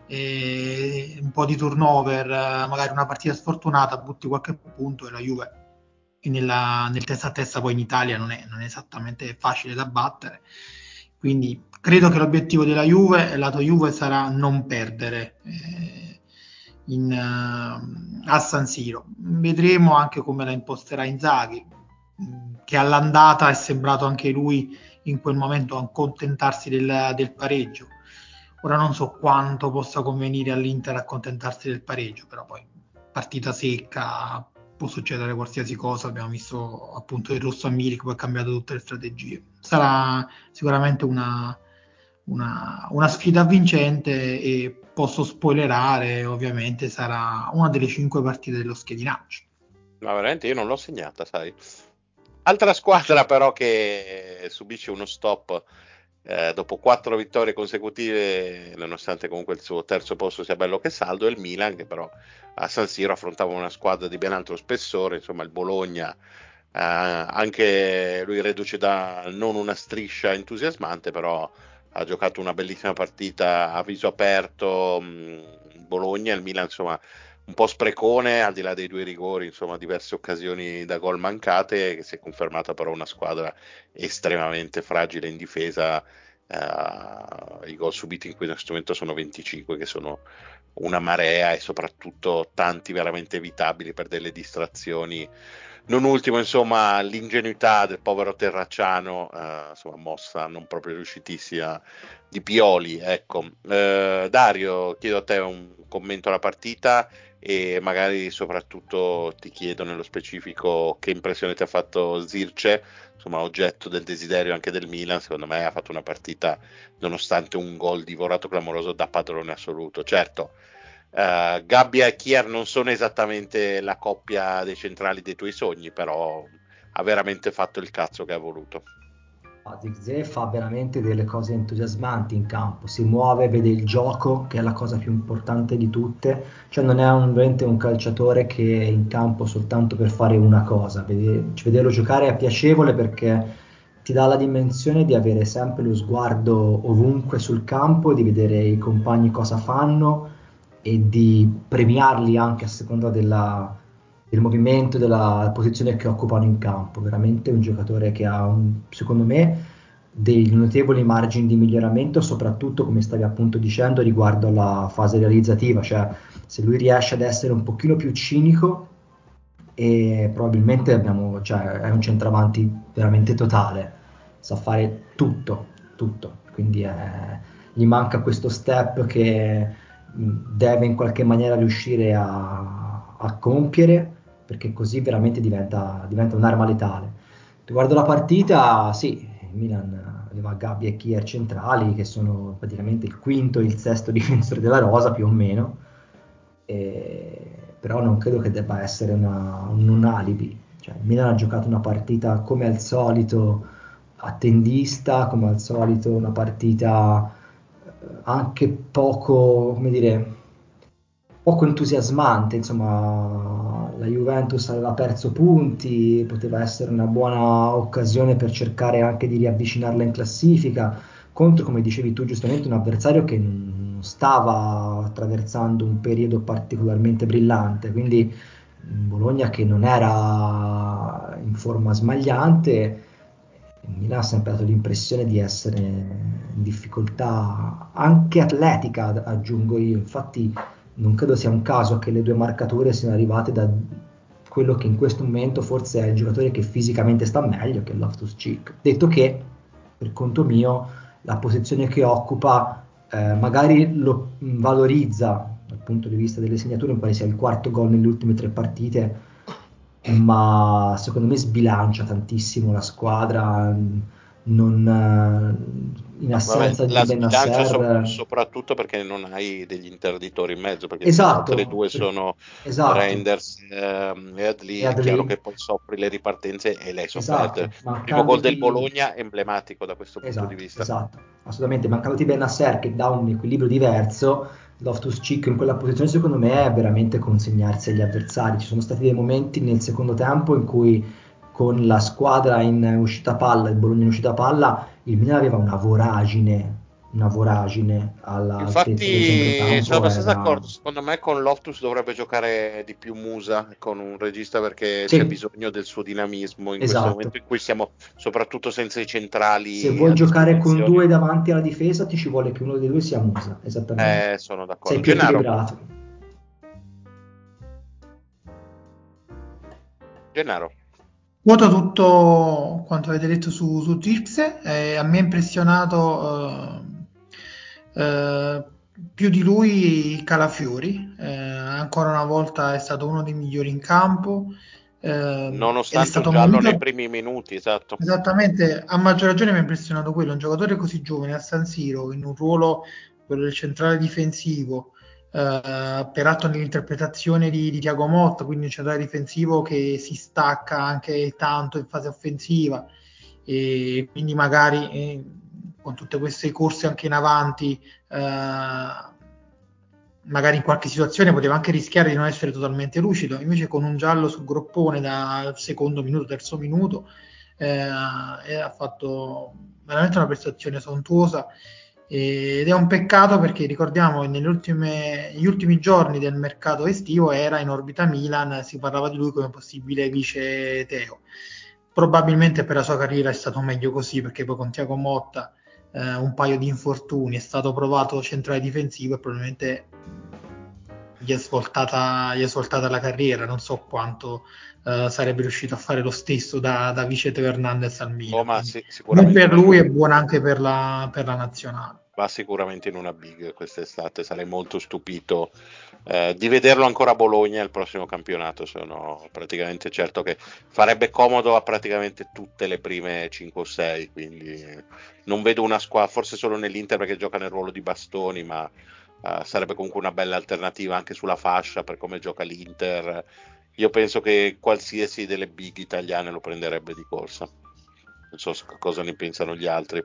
eh, un po' di turnover, magari una partita sfortunata, butti qualche punto e la Juve nella, nel testa a testa poi in Italia non è, non è esattamente facile da battere, quindi credo che l'obiettivo della Juve, lato Juve, sarà non perdere eh, in, uh, a San Siro. Vedremo anche come la imposterà Inzaghi, che all'andata è sembrato anche lui in quel momento accontentarsi del, del pareggio. Ora non so quanto possa convenire all'Inter accontentarsi del pareggio, però poi partita secca, può succedere qualsiasi cosa. Abbiamo visto appunto il rosso a Milik, poi ha cambiato tutte le strategie. Sarà sicuramente una, una, una sfida vincente e posso spoilerare, ovviamente sarà una delle cinque partite dello schedinaccio. Ma veramente io non l'ho segnata, sai. Altra squadra però che subisce uno stop eh, dopo quattro vittorie consecutive, nonostante comunque il suo terzo posto sia bello che saldo, è il Milan, che però a San Siro affrontava una squadra di ben altro spessore, insomma il Bologna, eh, anche lui reduce da non una striscia entusiasmante, però ha giocato una bellissima partita a viso aperto. mh, Bologna, il Milan insomma un po' sprecone, al di là dei due rigori, insomma diverse occasioni da gol mancate, che si è confermata però una squadra estremamente fragile in difesa. Uh, i gol subiti in questo momento sono venticinque, che sono una marea, e soprattutto tanti veramente evitabili per delle distrazioni. Non ultimo, insomma, l'ingenuità del povero Terracciano, uh, insomma, mossa non proprio riuscitissima di Pioli. Ecco, uh, Dario, chiedo a te un commento alla partita e magari soprattutto ti chiedo nello specifico che impressione ti ha fatto Zirce, insomma oggetto del desiderio anche del Milan. Secondo me ha fatto una partita, nonostante un gol divorato clamoroso, da padrone assoluto. Certo, uh, Gabbia e Kier non sono esattamente la coppia dei centrali dei tuoi sogni, però ha veramente fatto il cazzo che ha voluto. Zirkzee fa veramente delle cose entusiasmanti in campo, si muove, vede il gioco, che è la cosa più importante di tutte, cioè non è un, veramente un calciatore che è in campo soltanto per fare una cosa. Vede, vederlo giocare è piacevole perché ti dà la dimensione di avere sempre lo sguardo ovunque sul campo, di vedere i compagni cosa fanno e di premiarli anche a seconda della, del movimento, della posizione che occupano in campo. Veramente un giocatore che ha, un, secondo me, dei notevoli margini di miglioramento, soprattutto come stavi appunto dicendo riguardo alla fase realizzativa, cioè se lui riesce ad essere un pochino più cinico, e probabilmente abbiamo, cioè, è un centravanti veramente totale, sa fare tutto, tutto, quindi è, gli manca questo step che mh, deve in qualche maniera riuscire a, a compiere, perché così veramente diventa, diventa un'arma letale. Riguardo la partita, sì, il Milan aveva Gabbia e Kier centrali, che sono praticamente il quinto e il sesto difensore della rosa, più o meno, e, però non credo che debba essere una, un non alibi. Cioè, il Milan ha giocato una partita come al solito attendista, come al solito una partita eh, anche poco, come dire, poco entusiasmante. Insomma, la Juventus aveva perso punti, poteva essere una buona occasione per cercare anche di riavvicinarla in classifica, contro, come dicevi tu giustamente, un avversario che non stava attraversando un periodo particolarmente brillante, quindi un Bologna che non era in forma smagliante. Il Milan ha sempre dato l'impressione di essere in difficoltà anche atletica, aggiungo io. Infatti non credo sia un caso che le due marcature siano arrivate da quello che in questo momento forse è il giocatore che fisicamente sta meglio, che è Loftus-Cheek. Detto che, per conto mio, la posizione che occupa eh, magari lo mh, valorizza dal punto di vista delle segnature, mi pare sia il quarto gol nelle ultime tre partite, ma secondo me sbilancia tantissimo la squadra, non, eh, in Vabbè, assenza di la sbilancia so- Bennacer. soprattutto perché non hai degli interdittori in mezzo, perché se le altre Esatto, due per- sono esatto, Reinders ehm, e Adli, e è chiaro Adli, che poi soffri le ripartenze e le hai sofferte. esatto, Il primo gol del mancandoti. Bologna è emblematico da questo punto di Esatto, vista. esatto, assolutamente. Mancandoti Bennacer che dà un equilibrio diverso, Loftus-Cheek in quella posizione secondo me è veramente consegnarsi agli avversari. Ci sono stati dei momenti nel secondo tempo in cui con la squadra in uscita palla, il Bologna in uscita palla, il Milan aveva una voragine, una voragine all'altezza del Infatti sono centrocampo, abbastanza era... d'accordo, secondo me con Loftus dovrebbe giocare di più Musa con un regista perché c'è Sì, bisogno del suo dinamismo in questo esatto. momento in cui siamo soprattutto senza i Se centrali vuoi a giocare con disposizione. due davanti alla difesa, ti ci vuole che uno dei due sia Musa, esattamente. Eh, sono Sei d'accordo. più Gennaro, equilibrato. Gennaro. Quoto tutto quanto avete detto su, su Zirkzee, eh, a me è impressionato eh, eh, più di lui Calafiori, eh, ancora una volta è stato uno dei migliori in campo eh, ed è Nonostante un stato giallo nei munito primi minuti, esatto. esattamente, a maggior ragione mi ha impressionato quello, un giocatore così giovane a San Siro in un ruolo, quello del centrale difensivo, eh, peraltro nell'interpretazione di, di Thiago Motta, quindi un centrale difensivo che si stacca anche tanto in fase offensiva e quindi magari eh, con tutte queste corse anche in avanti, eh, magari in qualche situazione poteva anche rischiare di non essere totalmente lucido, invece con un giallo sul groppone dal secondo minuto, terzo minuto, eh, e ha fatto veramente una prestazione sontuosa ed è un peccato perché ricordiamo che negli ultimi giorni del mercato estivo era in orbita Milan, si parlava di lui come possibile vice Teo. Probabilmente per la sua carriera è stato meglio così perché poi con Thiago Motta eh, un paio di infortuni, è stato provato centrale difensivo e probabilmente gli è svoltata, gli è svoltata la carriera, non so quanto eh, sarebbe riuscito a fare lo stesso da, da vice Teo Hernandez al Oh, Milan, ma quindi sì, buon sicuramente per va, lui e buon anche per la, per la nazionale. va sicuramente in una big quest'estate. Sarei molto stupito eh, di vederlo ancora a Bologna il prossimo campionato. Sono praticamente certo che farebbe comodo a praticamente tutte le prime cinque o sei. Quindi eh, non vedo una squadra, forse solo nell'Inter perché gioca nel ruolo di bastoni, ma eh, sarebbe comunque una bella alternativa anche sulla fascia per come gioca l'Inter. Io penso che qualsiasi delle big italiane lo prenderebbe di corsa. Non so cosa ne pensano gli altri.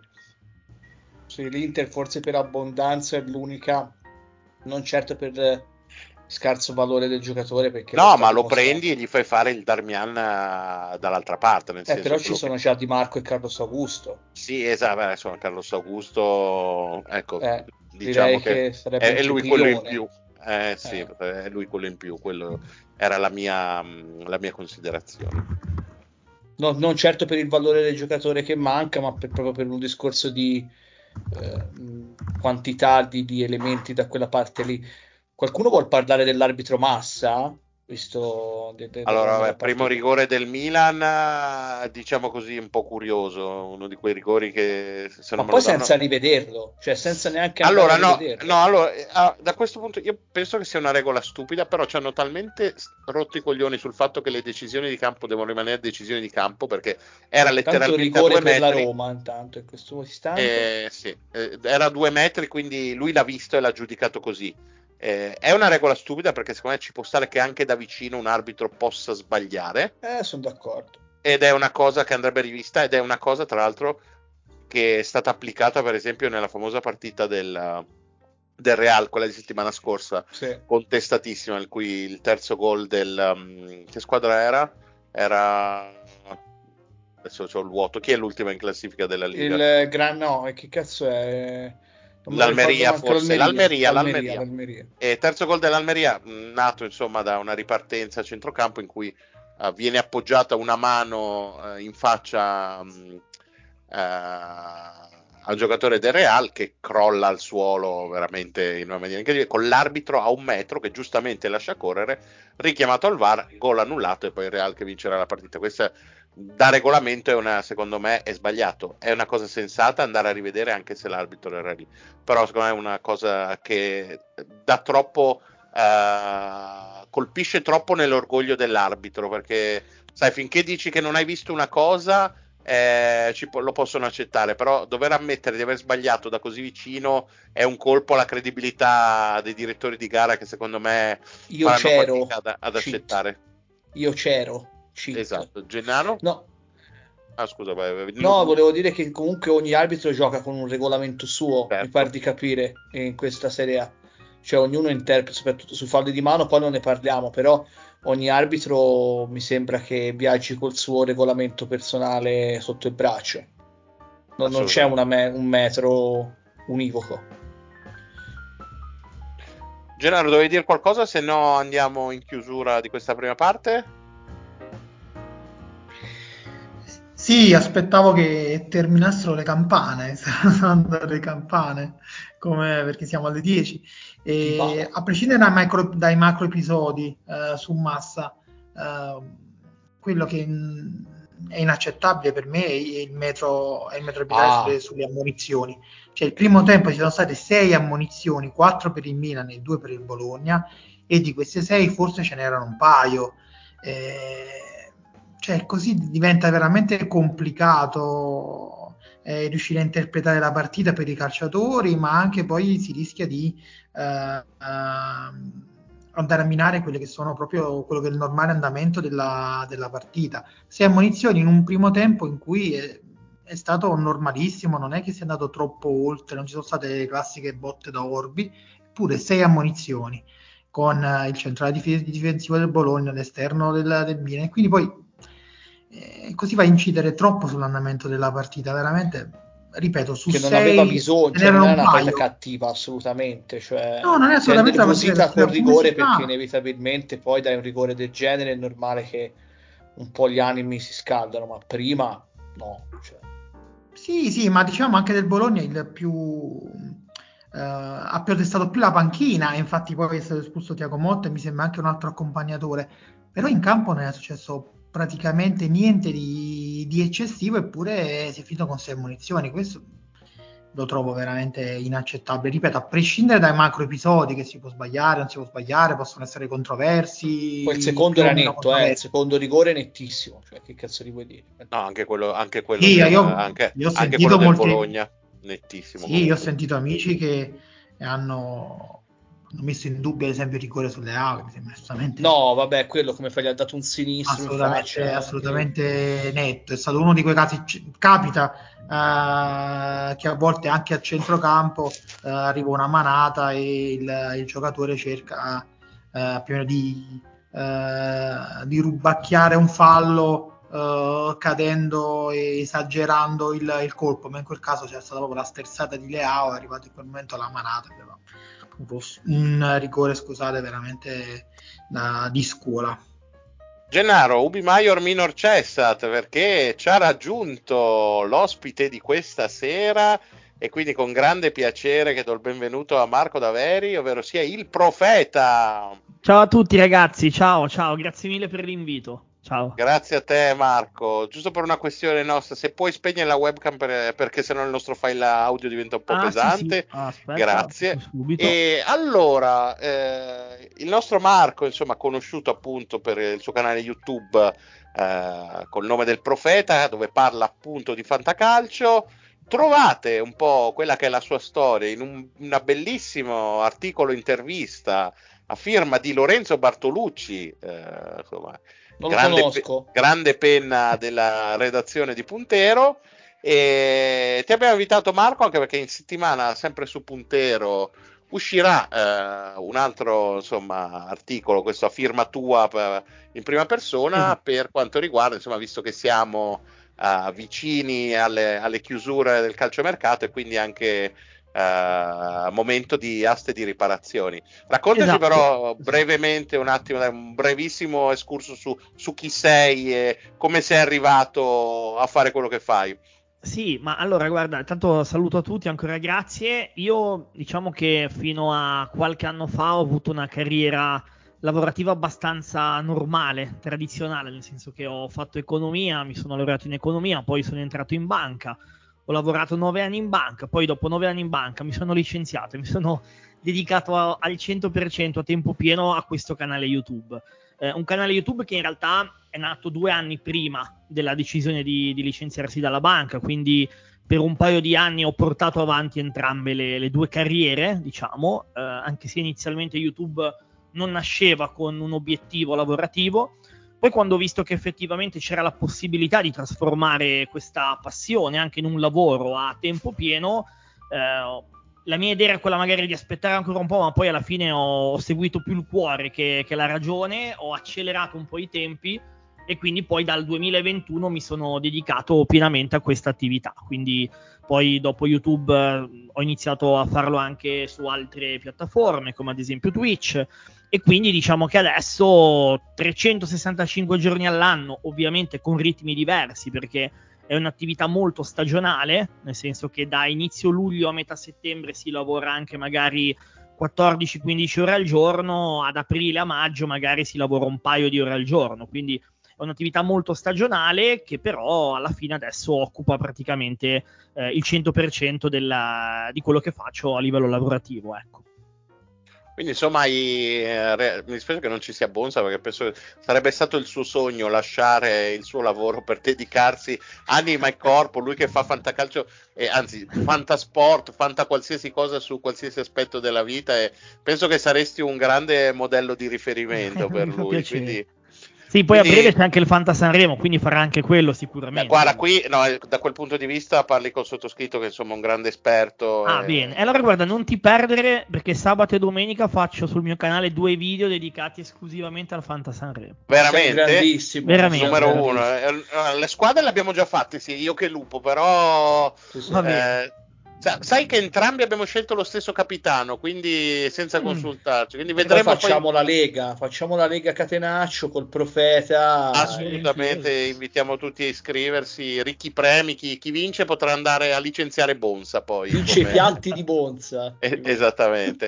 Sì, l'Inter forse per abbondanza è l'unica, non certo per eh, scarso valore del giocatore perché lo No, sta ma lo prendi e dimostrando. gli fai fare il Darmian eh, dall'altra parte, nel Eh, però senso ci quello che... sono già Di Marco e Carlos Augusto. Sì, esatto, beh, insomma, Carlos Augusto, ecco, Eh, diciamo direi che che è, sarebbe è un lui quello in nucleone. più. Eh sì, Eh. è lui quello in più, quello era la mia, la mia considerazione. No, non certo per il valore del giocatore che manca, ma per- proprio per un discorso di eh, mh, quantità di, di elementi da quella parte lì. Qualcuno vuol parlare dell'arbitro Massa? Visto de- de- Allora, della vabbè, primo partita. rigore del Milan, eh, diciamo così, un po' curioso, uno di quei rigori che se non Ma me lo poi danno... senza rivederlo, cioè senza neanche andare a Allora, no, no, rivederlo. allora, eh, ah, da questo punto io penso che sia una regola stupida, però ci hanno talmente s- rotto i coglioni sul fatto che le decisioni di campo devono rimanere decisioni di campo, perché era Tanto letteralmente a rigore due per la metri. Roma, intanto, in questo istante. Eh, sì, eh, era a due metri, quindi lui l'ha visto e l'ha giudicato così. Eh, è una regola stupida perché secondo me ci può stare che anche da vicino un arbitro possa sbagliare, Eh, sono d'accordo. ed è una cosa che andrebbe rivista, ed è una cosa tra l'altro che è stata applicata per esempio nella famosa partita del, del Real, quella di settimana scorsa, Sì. contestatissima, in cui il terzo gol del... um, che squadra era? Era... adesso c'ho il vuoto. Chi è l'ultima in classifica della Liga? Il Gran no, e che cazzo è? Non me lo ricordo L'Almeria manco forse, l'Almeria. l'Almeria, L'Almeria, l'Almeria. l'Almeria. E terzo gol dell'Almeria, mh, nato insomma da una ripartenza a centrocampo in cui uh, viene appoggiata una mano uh, in faccia mh, uh, al giocatore del Real, che crolla al suolo veramente in una maniera incredibile, con l'arbitro a un metro che giustamente lascia correre, richiamato al V A R, gol annullato e poi il Real che vincerà la partita. Questa da regolamento è una, secondo me è sbagliato, è una cosa sensata andare a rivedere anche se l'arbitro era lì, però secondo me è una cosa che dà troppo, eh, colpisce troppo nell'orgoglio dell'arbitro, perché sai, finché dici che non hai visto una cosa, eh, ci po- lo possono accettare, però dover ammettere di aver sbagliato da così vicino è un colpo alla credibilità dei direttori di gara che secondo me Io faranno fatica c'ero, ad, ad cheat. accettare. Io c'ero, cheat. Esatto. Gennaro? No, Ah, scusa, vai, vai. Lu- no, Lu- volevo dire che comunque ogni arbitro gioca con un regolamento suo, mi pare certo. di capire, in questa Serie A. Cioè ognuno interpreta, soprattutto sui falli di mano, poi non ne parliamo, però ogni arbitro mi sembra che viaggi col suo regolamento personale sotto il braccio. Non, non c'è Assolutamente. una me- un metro univoco. Gennaro, dovevi dire qualcosa? Se no andiamo in chiusura di questa prima parte. Sì, aspettavo che terminassero le campane, stanno andando le campane, come, perché siamo alle dieci. Di E bala. a prescindere dai macro, dai macro episodi eh, su Massa, eh, quello che mh, è inaccettabile per me è il metro, è il metro arbitrale Ah, sulle, sulle ammonizioni. Cioè, il primo tempo ci sono state sei ammonizioni, quattro per il Milan e due per il Bologna, e di queste sei forse ce n'erano un paio. Eh, cioè, così diventa veramente complicato eh, riuscire a interpretare la partita per i calciatori, ma anche poi si rischia di eh, eh, andare a minare quelle che sono proprio quello che è il normale andamento della, della partita. Sei ammonizioni in un primo tempo in cui è, è stato normalissimo, non è che sia andato troppo oltre, non ci sono state le classiche botte da orbi, eppure sei ammonizioni con eh, il centrale dif- difensivo del Bologna, l'esterno del, del Milan, e quindi poi eh, così va a incidere troppo sull'andamento della partita, veramente, ripeto, su che non aveva sei bisogno, ce cioè non n'erano era un una partita paio. cattiva assolutamente, No, cioè non è si è assolutamente una partita innervosita col cattiva, come si rigore perché fa? inevitabilmente poi dai un rigore del genere è normale che un po' gli animi si scaldano, ma prima no, cioè. Sì, sì, ma diciamo anche del Bologna il più eh, ha protestato più la panchina, e infatti poi è stato espulso Thiago Motta e mi sembra anche un altro accompagnatore, però in campo non è successo praticamente niente di, di eccessivo, eppure si è finito con sei munizioni. Questo lo trovo veramente inaccettabile, ripeto, a prescindere dai macro episodi, che si può sbagliare, non si può sbagliare, possono essere Poi il controversi, secondo più o era meno netto, eh, il controversi. secondo rigore nettissimo, cioè che cazzo gli vuoi dire? No, anche quello, anche quello Sì, del, io, anche, io ho anche quello sentito del molti, Bologna, nettissimo sì, io ho comunque. sentito amici che hanno, hanno messo in dubbio ad esempio il rigore sulle A, che mi sembra assolutamente, No, vabbè, quello come fa, gli ha dato un sinistro in assolutamente, faccia, eh, che- assolutamente netto. È stato uno di quei casi, c- capita eh, che a volte anche a centrocampo eh, arriva una manata e il, il giocatore cerca eh, più o meno di, eh, di rubacchiare un fallo eh, cadendo e esagerando il, il colpo, ma in quel caso c'è stata proprio la sterzata di Leao, è arrivato in quel momento la manata, però un rigore, scusate, veramente da, di scuola. Gennaro, ubi maior minor cessat, perché ci ha raggiunto l'ospite di questa sera e quindi con grande piacere che do il benvenuto a Marco Daveri, ovvero sia il profeta. Ciao a tutti ragazzi, ciao, ciao, grazie mille per l'invito. Ciao. Grazie a te Marco, giusto per una questione nostra, se puoi spegnere la webcam per, perché sennò il nostro file audio diventa un po' ah, pesante, sì, sì. Ah, aspetta, grazie. Subito. E allora, eh, il nostro Marco, insomma, conosciuto appunto per il suo canale YouTube eh, col nome del Profeta, dove parla appunto di fantacalcio. Trovate un po' quella che è la sua storia in un una bellissimo articolo intervista a firma di Lorenzo Bartolucci, eh, insomma, Non lo grande, conosco. pe- grande penna della redazione di Puntero. E ti abbiamo invitato Marco anche perché in settimana, sempre su Puntero, uscirà eh, un altro insomma articolo, questo a firma tua per, in prima persona, Mm. per quanto riguarda, insomma, visto che siamo uh, vicini alle, alle chiusure del calciomercato e quindi anche uh, momento di aste di riparazioni. Raccontaci Esatto. però brevemente un attimo, dai, un brevissimo escurso su, su chi sei e come sei arrivato a fare quello che fai. Sì, ma allora guarda, tanto saluto a tutti, ancora grazie. Io diciamo che fino a qualche anno fa ho avuto una carriera lavorativa abbastanza normale, tradizionale, nel senso che ho fatto economia, mi sono laureato in economia, poi sono entrato in banca, ho lavorato nove anni in banca, poi dopo nove anni in banca mi sono licenziato e mi sono dedicato a, al cento per cento a tempo pieno a questo canale YouTube. Eh, un canale YouTube che in realtà è nato due anni prima della decisione di, di licenziarsi dalla banca, quindi per un paio di anni ho portato avanti entrambe le, le due carriere, diciamo, eh, anche se inizialmente YouTube non nasceva con un obiettivo lavorativo. Poi quando ho visto che effettivamente c'era la possibilità di trasformare questa passione anche in un lavoro a tempo pieno, eh, la mia idea era quella magari di aspettare ancora un po', ma poi alla fine ho, ho seguito più il cuore che, che la ragione, ho accelerato un po' i tempi e quindi poi dal duemilaventuno mi sono dedicato pienamente a questa attività. Quindi poi dopo YouTube eh, ho iniziato a farlo anche su altre piattaforme come ad esempio Twitch e quindi diciamo che adesso trecentosessantacinque giorni all'anno, ovviamente con ritmi diversi perché è un'attività molto stagionale, nel senso che da inizio luglio a metà settembre si lavora anche magari quattordici quindici ore al giorno, ad aprile a maggio magari si lavora un paio di ore al giorno, quindi è un'attività molto stagionale che però alla fine adesso occupa praticamente eh, il cento per cento della, di quello che faccio a livello lavorativo, ecco. Quindi insomma hai, eh, re, mi dispiace che non ci sia Bonsa perché penso che sarebbe stato il suo sogno lasciare il suo lavoro per dedicarsi anima e corpo, lui che fa fantacalcio, e anzi fantasport, fanta qualsiasi cosa su qualsiasi aspetto della vita e penso che saresti un grande modello di riferimento per Mi fa lui. piacere. Quindi, sì, poi quindi, a breve c'è anche il Fanta Sanremo, quindi farà anche quello sicuramente. Guarda, qui no, da quel punto di vista parli col sottoscritto che insomma è un grande esperto. Ah, e... bene. Allora guarda, non ti perdere perché sabato e domenica faccio sul mio canale due video dedicati esclusivamente al Fanta Sanremo. Veramente? Sei grandissimo. Veramente. Numero grandissimo. uno. Le squadre le abbiamo già fatte, sì, io che Lupo, però... Sì, sì. Va bene. Eh, sai che entrambi abbiamo scelto lo stesso capitano, quindi senza Mm. consultarci. Quindi Noi vedremo facciamo poi... la Lega, facciamo la Lega Catenaccio col Profeta. Assolutamente, eh, invitiamo tutti a iscriversi. Ricchi premi, chi, chi vince potrà andare a licenziare Bonsa poi. Vince i come- pianti di Bonza. Eh, Esattamente.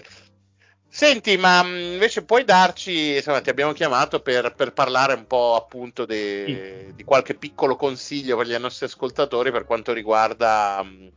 Senti, ma mh, invece puoi darci, insomma, ti abbiamo chiamato per, per parlare un po' appunto de- Sì. di qualche piccolo consiglio per gli nostri ascoltatori per quanto riguarda mh,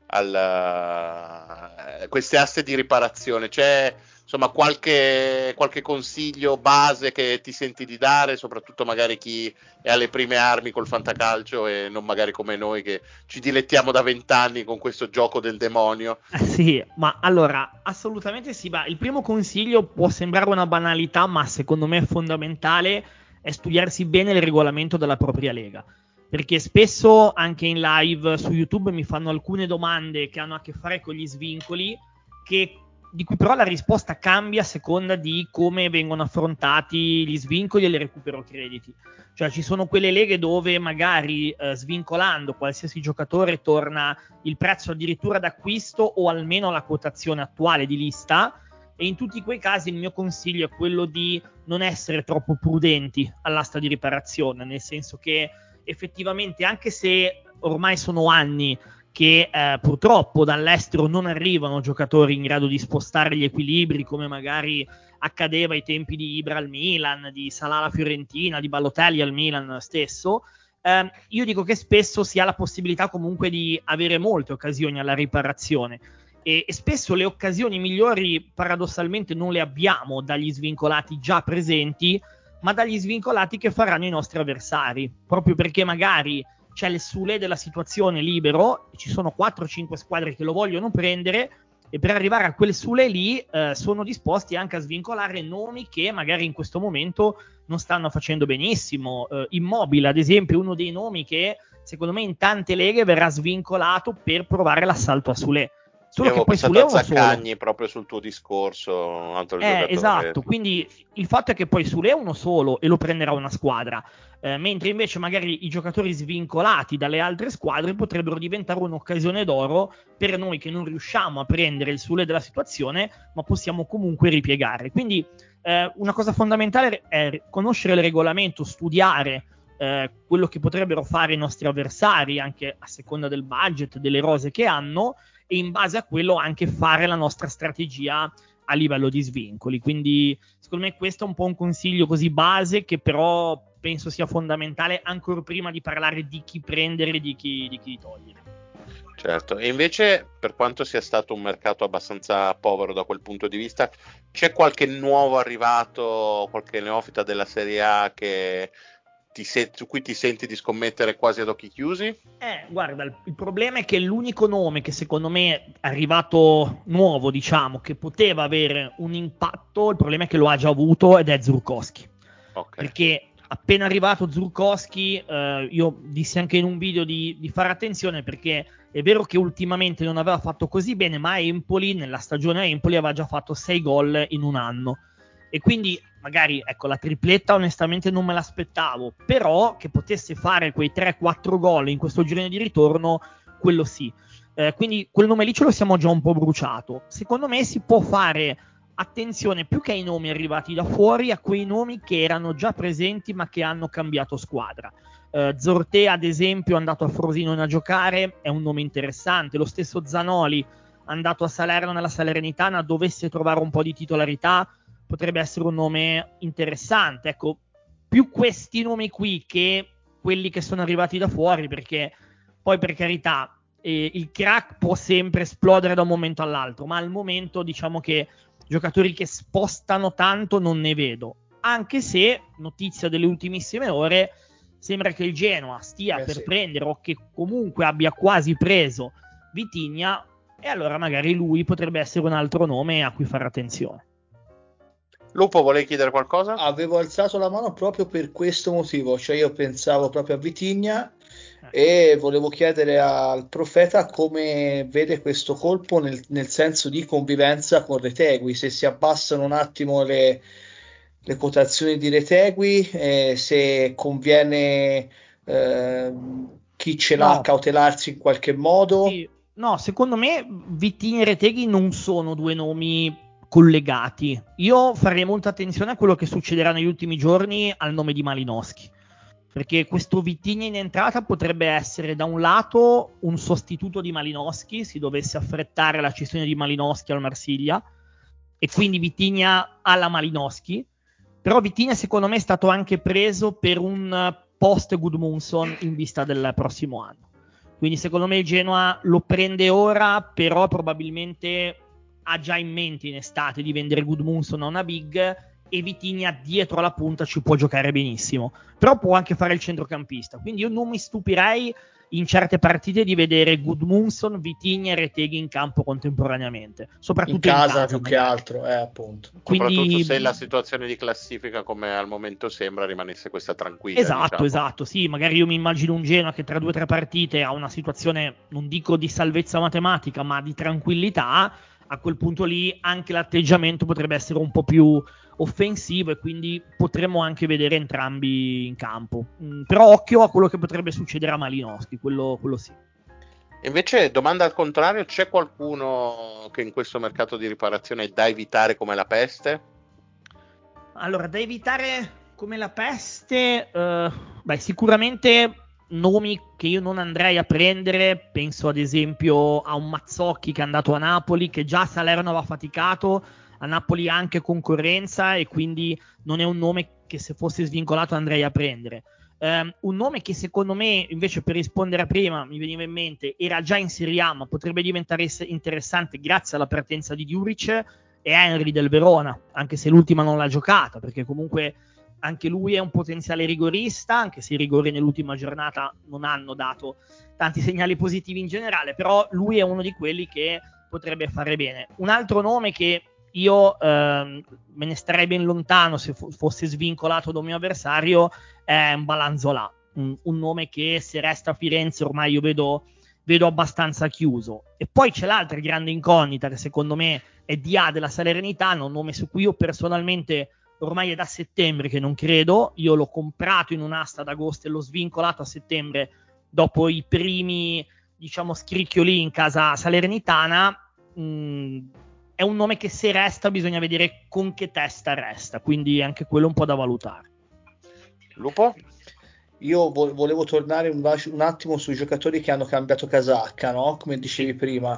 al, eh, queste aste di riparazione. C'è insomma qualche, qualche consiglio base che ti senti di dare, soprattutto magari chi è alle prime armi col fantacalcio e non magari come noi che ci dilettiamo da vent'anni con questo gioco del demonio. Eh, Sì, ma allora, assolutamente sì. Ma il primo consiglio può sembrare una banalità, ma secondo me è fondamentale, è studiarsi bene il regolamento della propria lega. Perché spesso anche in live su YouTube mi fanno alcune domande che hanno a che fare con gli svincoli, che, di cui però la risposta cambia a seconda di come vengono affrontati gli svincoli e il recupero crediti. Cioè ci sono quelle leghe dove magari eh, svincolando qualsiasi giocatore torna il prezzo addirittura d'acquisto o almeno la quotazione attuale di lista, e in tutti quei casi il mio consiglio è quello di non essere troppo prudenti all'asta di riparazione, nel senso che effettivamente, anche se ormai sono anni che eh, purtroppo dall'estero non arrivano giocatori in grado di spostare gli equilibri come magari accadeva ai tempi di Ibra al Milan, di Salah alla Fiorentina, di Balotelli al Milan stesso, eh, io dico che spesso si ha la possibilità comunque di avere molte occasioni alla riparazione e, e spesso le occasioni migliori paradossalmente non le abbiamo dagli svincolati già presenti, ma dagli svincolati che faranno i nostri avversari, proprio perché magari c'è il Sule della situazione libero, ci sono quattro cinque squadre che lo vogliono prendere, e per arrivare a quel Sule lì eh, sono disposti anche a svincolare nomi che magari in questo momento non stanno facendo benissimo. Eh, Immobile, ad esempio, è uno dei nomi che secondo me in tante leghe verrà svincolato per provare l'assalto a Sule. Solo Io che poi pensato Sule è a uno solo. Zaccagni proprio sul tuo discorso, un altro Eh, giocatore. esatto, quindi il fatto è che poi Sule è uno solo e lo prenderà una squadra, eh, mentre invece magari i giocatori svincolati dalle altre squadre potrebbero diventare un'occasione d'oro per noi che non riusciamo a prendere il Sule della situazione, ma possiamo comunque ripiegare. Quindi eh, una cosa fondamentale è conoscere il regolamento, studiare eh, quello che potrebbero fare i nostri avversari, anche a seconda del budget, delle rose che hanno, e in base a quello anche fare la nostra strategia a livello di svincoli. Quindi secondo me questo è un po' un consiglio così base, che però penso sia fondamentale ancora prima di parlare di chi prendere e di chi, di chi togliere. Certo, e invece per quanto sia stato un mercato abbastanza povero da quel punto di vista, c'è qualche nuovo arrivato, qualche neofita della Serie A che ti se- su cui ti senti di scommettere quasi ad occhi chiusi? Eh, guarda, il, il problema è che l'unico nome che secondo me è arrivato nuovo, diciamo, che poteva avere un impatto, il problema è che lo ha già avuto, ed è Zurkowski. Ok. Perché appena arrivato Zurkowski, eh, io dissi anche in un video di, di fare attenzione, perché è vero che ultimamente non aveva fatto così bene, ma a Empoli, nella stagione a Empoli, aveva già fatto sei gol in un anno. E quindi magari, ecco, la tripletta onestamente non me l'aspettavo, però che potesse fare quei tre quattro gol in questo girone di ritorno, quello sì. Eh, quindi quel nome lì ce lo siamo già un po' bruciato. Secondo me si può fare attenzione più che ai nomi arrivati da fuori, a quei nomi che erano già presenti ma che hanno cambiato squadra. Uh, Zortea, ad esempio, è andato a Frosinone a giocare, è un nome interessante. Lo stesso Zanoli, andato a Salerno nella Salernitana, dovesse trovare un po' di titolarità, potrebbe essere un nome interessante. Ecco, più questi nomi qui che quelli che sono arrivati da fuori, perché poi, per carità, eh, il crack può sempre esplodere da un momento all'altro, ma al momento diciamo che giocatori che spostano tanto non ne vedo, anche se, notizia delle ultimissime ore, sembra che il Genoa stia eh per sì. prendere, o che comunque abbia quasi preso, Vitinha, e allora magari lui potrebbe essere un altro nome a cui fare attenzione. Lupo, volevi chiedere qualcosa? Avevo alzato la mano proprio per questo motivo, cioè io pensavo proprio a Vitinha e volevo chiedere al Profeta come vede questo colpo nel, nel senso di convivenza con Retegui, se si abbassano un attimo le, le quotazioni di Retegui, eh, se conviene eh, chi ce l'ha No. cautelarsi in qualche modo. Sì, no, secondo me Vitinha e Retegui non sono due nomi collegati. Io farei molta attenzione a quello che succederà negli ultimi giorni al nome di Malinowski, perché questo Vitinha in entrata potrebbe essere da un lato un sostituto di Malinowski, si dovesse affrettare la cessione di Malinowski al Marsiglia, e quindi Vitinha alla Malinowski. Però Vitinha secondo me è stato anche preso per un post Gudmundsson in vista del prossimo anno. Quindi secondo me il Genoa lo prende ora, però probabilmente ha già in mente in estate di vendere Gudmundsson a una big, e Vitinha dietro alla punta ci può giocare benissimo, però può anche fare il centrocampista. Quindi io non mi stupirei in certe partite di vedere Gudmundsson, Vitinha e Retegui in campo contemporaneamente, soprattutto in casa, in casa più magari. che altro, eh, appunto. Quindi, soprattutto se la situazione di classifica, come al momento sembra, rimanesse questa tranquilla. Esatto, diciamo. esatto, sì, magari io mi immagino un Genoa che tra due o tre partite ha una situazione, non dico di salvezza matematica, ma di tranquillità. A quel punto lì anche l'atteggiamento potrebbe essere un po' più offensivo, e quindi potremmo anche vedere entrambi in campo. Mm, però occhio a quello che potrebbe succedere a Malinowski, quello, quello sì. Invece, domanda al contrario, c'è qualcuno che in questo mercato di riparazione è da evitare come la peste? Allora, da evitare come la peste, eh, beh, sicuramente nomi che io non andrei a prendere, penso ad esempio a un Mazzocchi che è andato a Napoli, che già a Salerno aveva faticato, a Napoli ha anche concorrenza e quindi non è un nome che se fosse svincolato andrei a prendere. Um, un nome che secondo me, invece, per rispondere a prima, mi veniva in mente, era già in Serie A, ma potrebbe diventare interessante grazie alla partenza di Djuric, è Henry del Verona, anche se l'ultima non l'ha giocata, perché comunque anche lui è un potenziale rigorista, anche se i rigori nell'ultima giornata non hanno dato tanti segnali positivi in generale, però lui è uno di quelli che potrebbe fare bene. Un altro nome che io eh, me ne starei ben lontano se f- fosse svincolato da un mio avversario è Balanzola, un, un nome che se resta a Firenze ormai io vedo, vedo abbastanza chiuso. E poi c'è l'altra grande incognita che secondo me è Dia della Salernitana, un nome su cui io personalmente ormai è da settembre che non credo, io l'ho comprato in un'asta ad agosto e l'ho svincolato a settembre dopo i primi, diciamo, scricchioli in casa salernitana. mh, È un nome che se resta bisogna vedere con che testa resta, quindi anche quello è un po' da valutare. Lupo? Io vo- volevo tornare un, un attimo sui giocatori che hanno cambiato casacca, no? Come dicevi prima,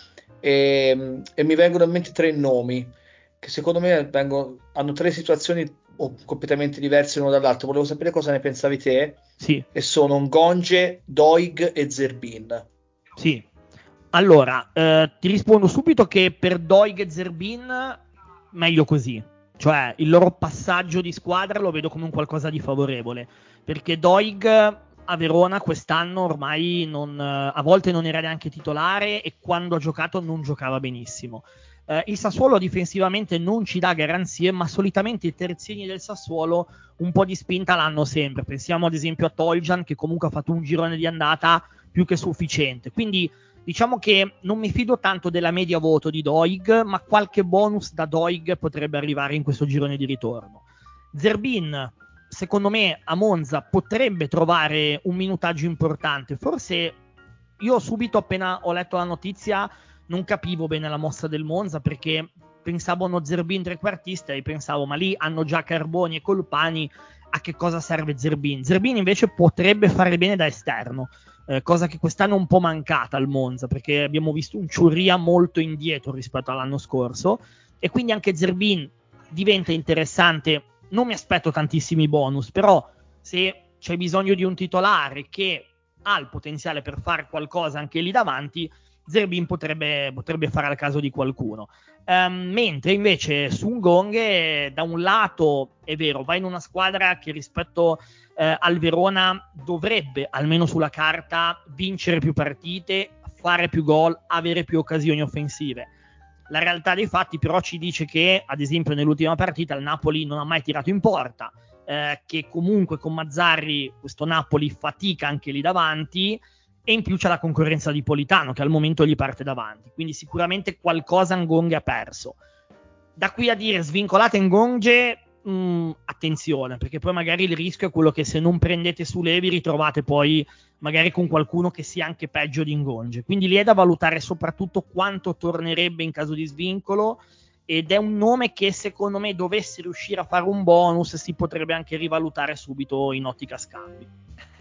e, e mi vengono in mente tre nomi che secondo me vengono, hanno tre situazioni completamente diverse l'uno dall'altro. Volevo sapere cosa ne pensavi te. Sì. E sono Ngonge, Doig e Zerbin. Sì. Allora, eh, ti rispondo subito che per Doig e Zerbin meglio così. Cioè, il loro passaggio di squadra lo vedo come un qualcosa di favorevole. Perché Doig a Verona quest'anno ormai non, a volte non era neanche titolare e quando ha giocato non giocava benissimo. Eh, il Sassuolo difensivamente non ci dà garanzie, ma solitamente i terzini del Sassuolo un po' di spinta l'hanno sempre. Pensiamo ad esempio a Toljan, che comunque ha fatto un girone di andata più che sufficiente. Quindi diciamo che non mi fido tanto della media voto di Doig, ma qualche bonus da Doig potrebbe arrivare in questo girone di ritorno. Zerbin, secondo me, a Monza potrebbe trovare un minutaggio importante. Forse io subito appena ho letto la notizia non capivo bene la mossa del Monza, perché pensavo a uno Zerbin trequartista e pensavo, ma lì hanno già Carboni e Colpani, a che cosa serve Zerbin? Zerbin invece potrebbe fare bene da esterno, eh, cosa che quest'anno è un po' mancata al Monza, perché abbiamo visto un Ciurria molto indietro rispetto all'anno scorso, e quindi anche Zerbin diventa interessante. Non mi aspetto tantissimi bonus, però se c'è bisogno di un titolare che ha il potenziale per fare qualcosa anche lì davanti, Zerbin potrebbe, potrebbe fare al caso di qualcuno. Um, mentre invece Sungong, da un lato è vero, va in una squadra che rispetto eh, al Verona dovrebbe, almeno sulla carta, vincere più partite, fare più gol, avere più occasioni offensive. La realtà dei fatti però ci dice che, ad esempio nell'ultima partita, il Napoli non ha mai tirato in porta, eh, che comunque con Mazzarri questo Napoli fatica anche lì davanti, e in più c'è la concorrenza di Politano che al momento gli parte davanti, quindi sicuramente qualcosa Ngonge ha perso. Da qui a dire svincolate Ngonge, mh, attenzione, perché poi magari il rischio è quello che se non prendete su Levi ritrovate poi magari con qualcuno che sia anche peggio di Ngonge, quindi lì è da valutare soprattutto quanto tornerebbe in caso di svincolo, ed è un nome che secondo me, dovesse riuscire a fare un bonus, si potrebbe anche rivalutare subito in ottica scambi.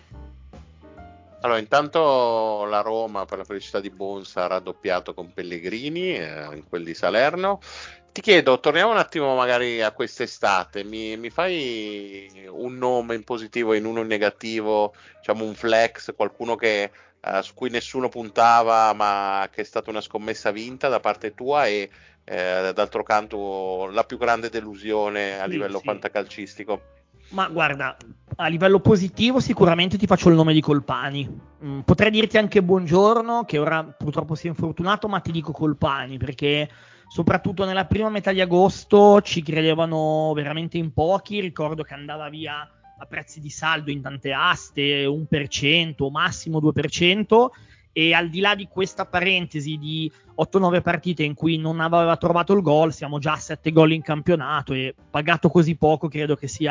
Allora, intanto la Roma, per la felicità di Bonsa, ha raddoppiato con Pellegrini eh, in quel di Salerno. Ti chiedo, torniamo un attimo magari a quest'estate, mi, mi fai un nome in positivo e in uno in negativo, diciamo un flex, qualcuno che, eh, su cui nessuno puntava ma che è stata una scommessa vinta da parte tua e eh, d'altro canto la più grande delusione a sì, livello sì. fantacalcistico? Ma guarda, a livello positivo sicuramente ti faccio il nome di Colpani. Mm, potrei dirti anche Buongiorno, che ora purtroppo si è infortunato, ma ti dico Colpani, perché soprattutto nella prima metà di agosto ci credevano veramente in pochi. Ricordo che andava via a prezzi di saldo in tante aste, uno per cento, massimo due per cento, e al di là di questa parentesi di otto nove partite in cui non aveva trovato il gol, siamo già a sette gol in campionato, e pagato così poco credo che sia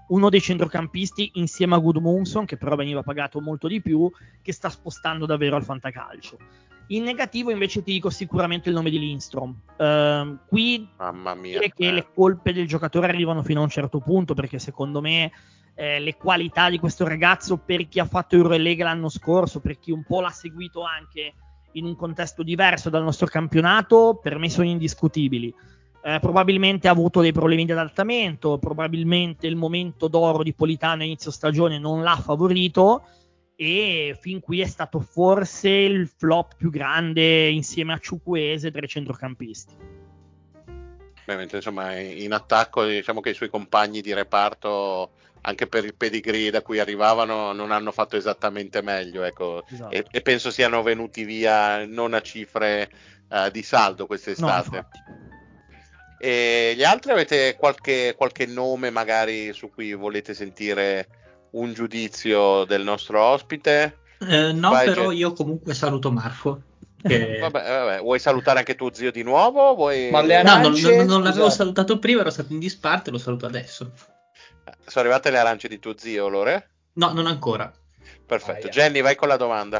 uno dei centrocampisti insieme a Gudmundsson, che però veniva pagato molto di più, che sta spostando davvero al fantacalcio. In negativo invece ti dico sicuramente il nome di Lindstrom. Uh, qui Mamma mia, dire che eh. le colpe del giocatore arrivano fino a un certo punto, perché secondo me eh, le qualità di questo ragazzo, per chi ha fatto Eurolega l'anno scorso, per chi un po' l'ha seguito anche in un contesto diverso dal nostro campionato, per me sono indiscutibili. Eh, probabilmente ha avuto dei problemi di adattamento, probabilmente il momento d'oro di Politano a inizio stagione non l'ha favorito, e fin qui è stato forse il flop più grande insieme a Ciukwueze tra i centrocampisti. Beh, mentre insomma in attacco diciamo che i suoi compagni di reparto, anche per il pedigree da cui arrivavano, non hanno fatto esattamente meglio, ecco. Esatto. e, e penso siano venuti via non a cifre uh, di saldo quest'estate. No, e gli altri, avete qualche, qualche nome magari su cui volete sentire un giudizio del nostro ospite? Eh, no, Vai, però Ge- io comunque saluto Marco. Che... vabbè, vabbè. Vuoi salutare anche tuo zio di nuovo? Vuoi... Ma le No, non, arance, non- non l'avevo scusate. salutato prima, ero stato in disparte, lo saluto adesso. Sono arrivate le arance di tuo zio, Lore? No, non ancora. Perfetto. Aia. Jenny, vai con la domanda.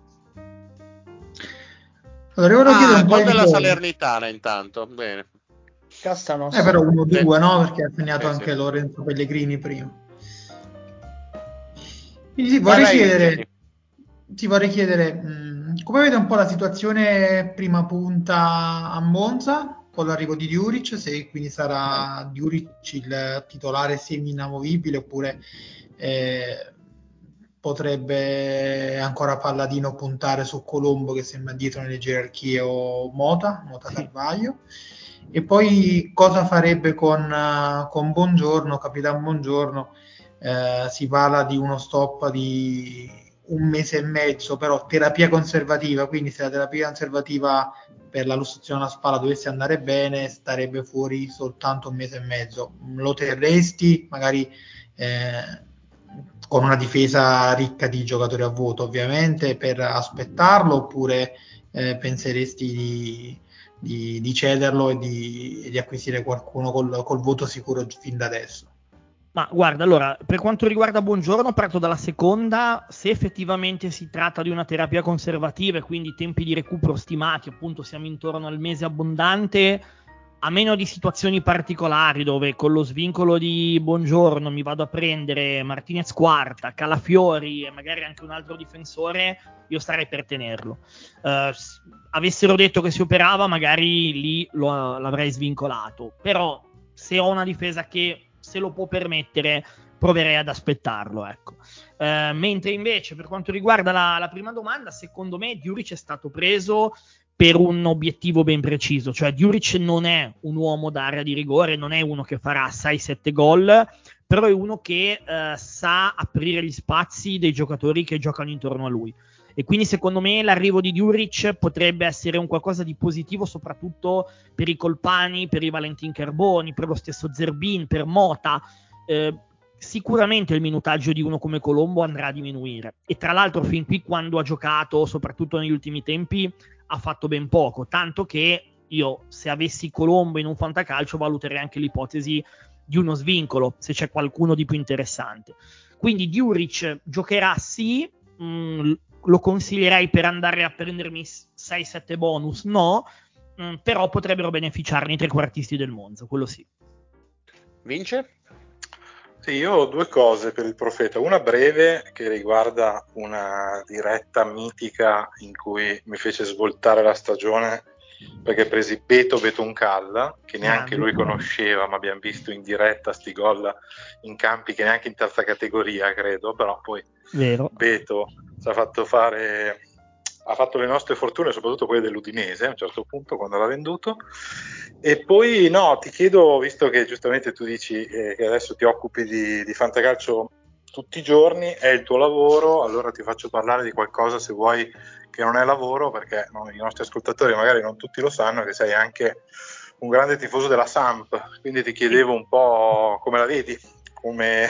Allora, io volevo chiedere Ah, un gol paio di della cose. Salernitana intanto. Bene. Castanos. Eh, però uno Sì. due, no? Perché ha segnato Sì, anche sì. Lorenzo Pellegrini prima. Quindi sì, Vai, vorrei vai, chiedere, Jenny. sì, vorrei chiedere mh, come vede un po' la situazione prima punta a Monza con l'arrivo di Djuric, se quindi sarà Djuric il titolare semi-inamovibile oppure eh, potrebbe ancora Palladino puntare su Colombo che sembra dietro nelle gerarchie, o Mota, Mota Sì. Carvaglio. E poi cosa farebbe con, uh, con Buongiorno, Capitan Buongiorno? Eh, si parla di uno stop di un mese e mezzo, però terapia conservativa, quindi se la terapia conservativa per la lussazione alla spalla dovesse andare bene, starebbe fuori soltanto un mese e mezzo. Lo terresti magari eh, con una difesa ricca di giocatori a vuoto, ovviamente, per aspettarlo, oppure eh, penseresti di, di, di cederlo e di, e di acquisire qualcuno col, col voto sicuro fin da adesso? Ma guarda, allora, per quanto riguarda Buongiorno, parto dalla seconda. Se effettivamente si tratta di una terapia conservativa e quindi tempi di recupero stimati, appunto siamo intorno al mese abbondante, a meno di situazioni particolari dove con lo svincolo di Buongiorno mi vado a prendere Martinez quarta, Calafiori e magari anche un altro difensore, io starei per tenerlo. Uh, avessero detto che si operava, magari lì lo, l'avrei svincolato, però se ho una difesa che se lo può permettere, proverei ad aspettarlo, ecco. Eh, mentre invece per quanto riguarda la, la prima domanda, secondo me Djuric è stato preso per un obiettivo ben preciso, cioè Djuric non è un uomo d'area di rigore, non è uno che farà sei sette gol, però è uno che eh, sa aprire gli spazi dei giocatori che giocano intorno a lui. E quindi secondo me l'arrivo di Djuric potrebbe essere un qualcosa di positivo, soprattutto per i Colpani, per i Valentin Carboni, per lo stesso Zerbin, per Mota. Eh, sicuramente il minutaggio di uno come Colombo andrà a diminuire, e tra l'altro fin qui quando ha giocato, soprattutto negli ultimi tempi, ha fatto ben poco, tanto che io, se avessi Colombo in un fantacalcio, valuterei anche l'ipotesi di uno svincolo, se c'è qualcuno di più interessante. Quindi Djuric giocherà sì, mh, lo consiglierei per andare a prendermi sei sette bonus, no, mh, però potrebbero beneficiarne i trequartisti del Monza, quello sì. Vince? Sì, io ho due cose per il Profeta, una breve che riguarda una diretta mitica in cui mi fece svoltare la stagione perché presi Beto Betoncalla, che neanche lui conosceva, ma abbiamo visto in diretta sti gol in campi che neanche in terza categoria credo, però poi Vero. Beto ci ha fatto fare, ha fatto le nostre fortune, soprattutto quelle dell'Udinese a un certo punto quando l'ha venduto. E poi no, ti chiedo, visto che giustamente tu dici eh, che adesso ti occupi di, di fantacalcio tutti i giorni, è il tuo lavoro, allora ti faccio parlare di qualcosa, se vuoi, che non è lavoro, perché no, i nostri ascoltatori magari non tutti lo sanno, che sei anche un grande tifoso della Samp, quindi ti chiedevo un po' come la vedi, come,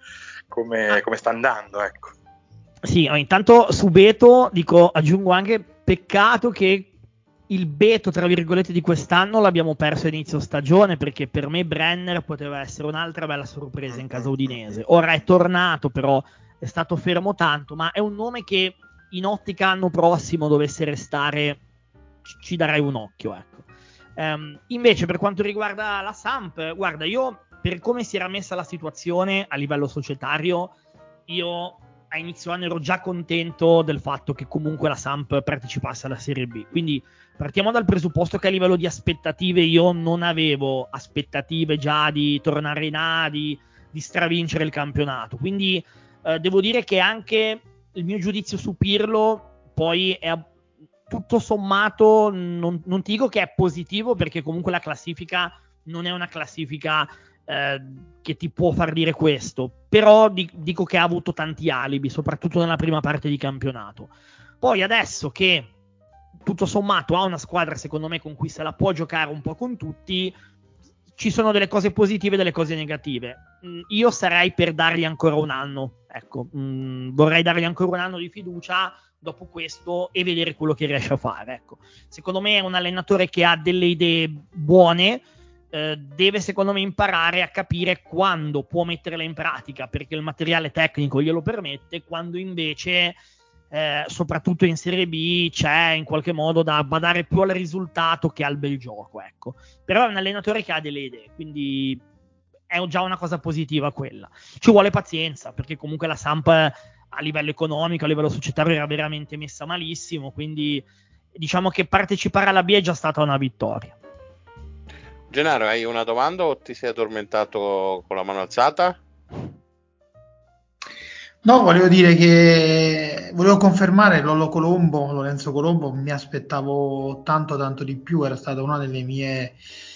come, come sta andando, ecco. Sì, intanto su Beto dico, aggiungo anche peccato che il beto, tra virgolette, di quest'anno l'abbiamo perso a inizio stagione, perché per me Brenner poteva essere un'altra bella sorpresa in casa udinese. Ora è tornato, però è stato fermo tanto, ma è un nome che in ottica anno prossimo dovesse restare, ci darei un occhio, ecco. Um, invece per quanto riguarda la Samp, guarda, io per come si era messa la situazione a livello societario, io a inizio anno ero già contento del fatto che comunque la Samp partecipasse alla Serie B, quindi partiamo dal presupposto che a livello di aspettative io non avevo aspettative già di tornare in A, di, di stravincere il campionato, quindi eh, devo dire che anche il mio giudizio su Pirlo poi è tutto sommato, non, non ti dico che è positivo, perché comunque la classifica non è una classifica eh, che ti può far dire questo, però di, dico che ha avuto tanti alibi, soprattutto nella prima parte di campionato. Poi adesso che tutto sommato ha una squadra secondo me con cui se la può giocare un po' con tutti, ci sono delle cose positive e delle cose negative. Mm, io sarei per dargli ancora un anno, ecco, mm, vorrei dargli ancora un anno di fiducia dopo questo e vedere quello che riesce a fare, ecco. Secondo me è un allenatore che ha delle idee buone, eh, deve secondo me imparare a capire quando può metterle in pratica perché il materiale tecnico glielo permette, quando invece eh, soprattutto in Serie B c'è in qualche modo da badare più al risultato che al bel gioco, ecco. Però è un allenatore che ha delle idee, quindi è già una cosa positiva quella. Ci vuole pazienza, perché comunque la Samp a livello economico, a livello societario era veramente messa malissimo, quindi diciamo che partecipare alla B è già stata una vittoria. Gennaro, hai una domanda o ti sei addormentato con la mano alzata? No, volevo dire che volevo confermare Lollo Colombo, Lorenzo Colombo, mi aspettavo tanto tanto di più, era stata una delle mie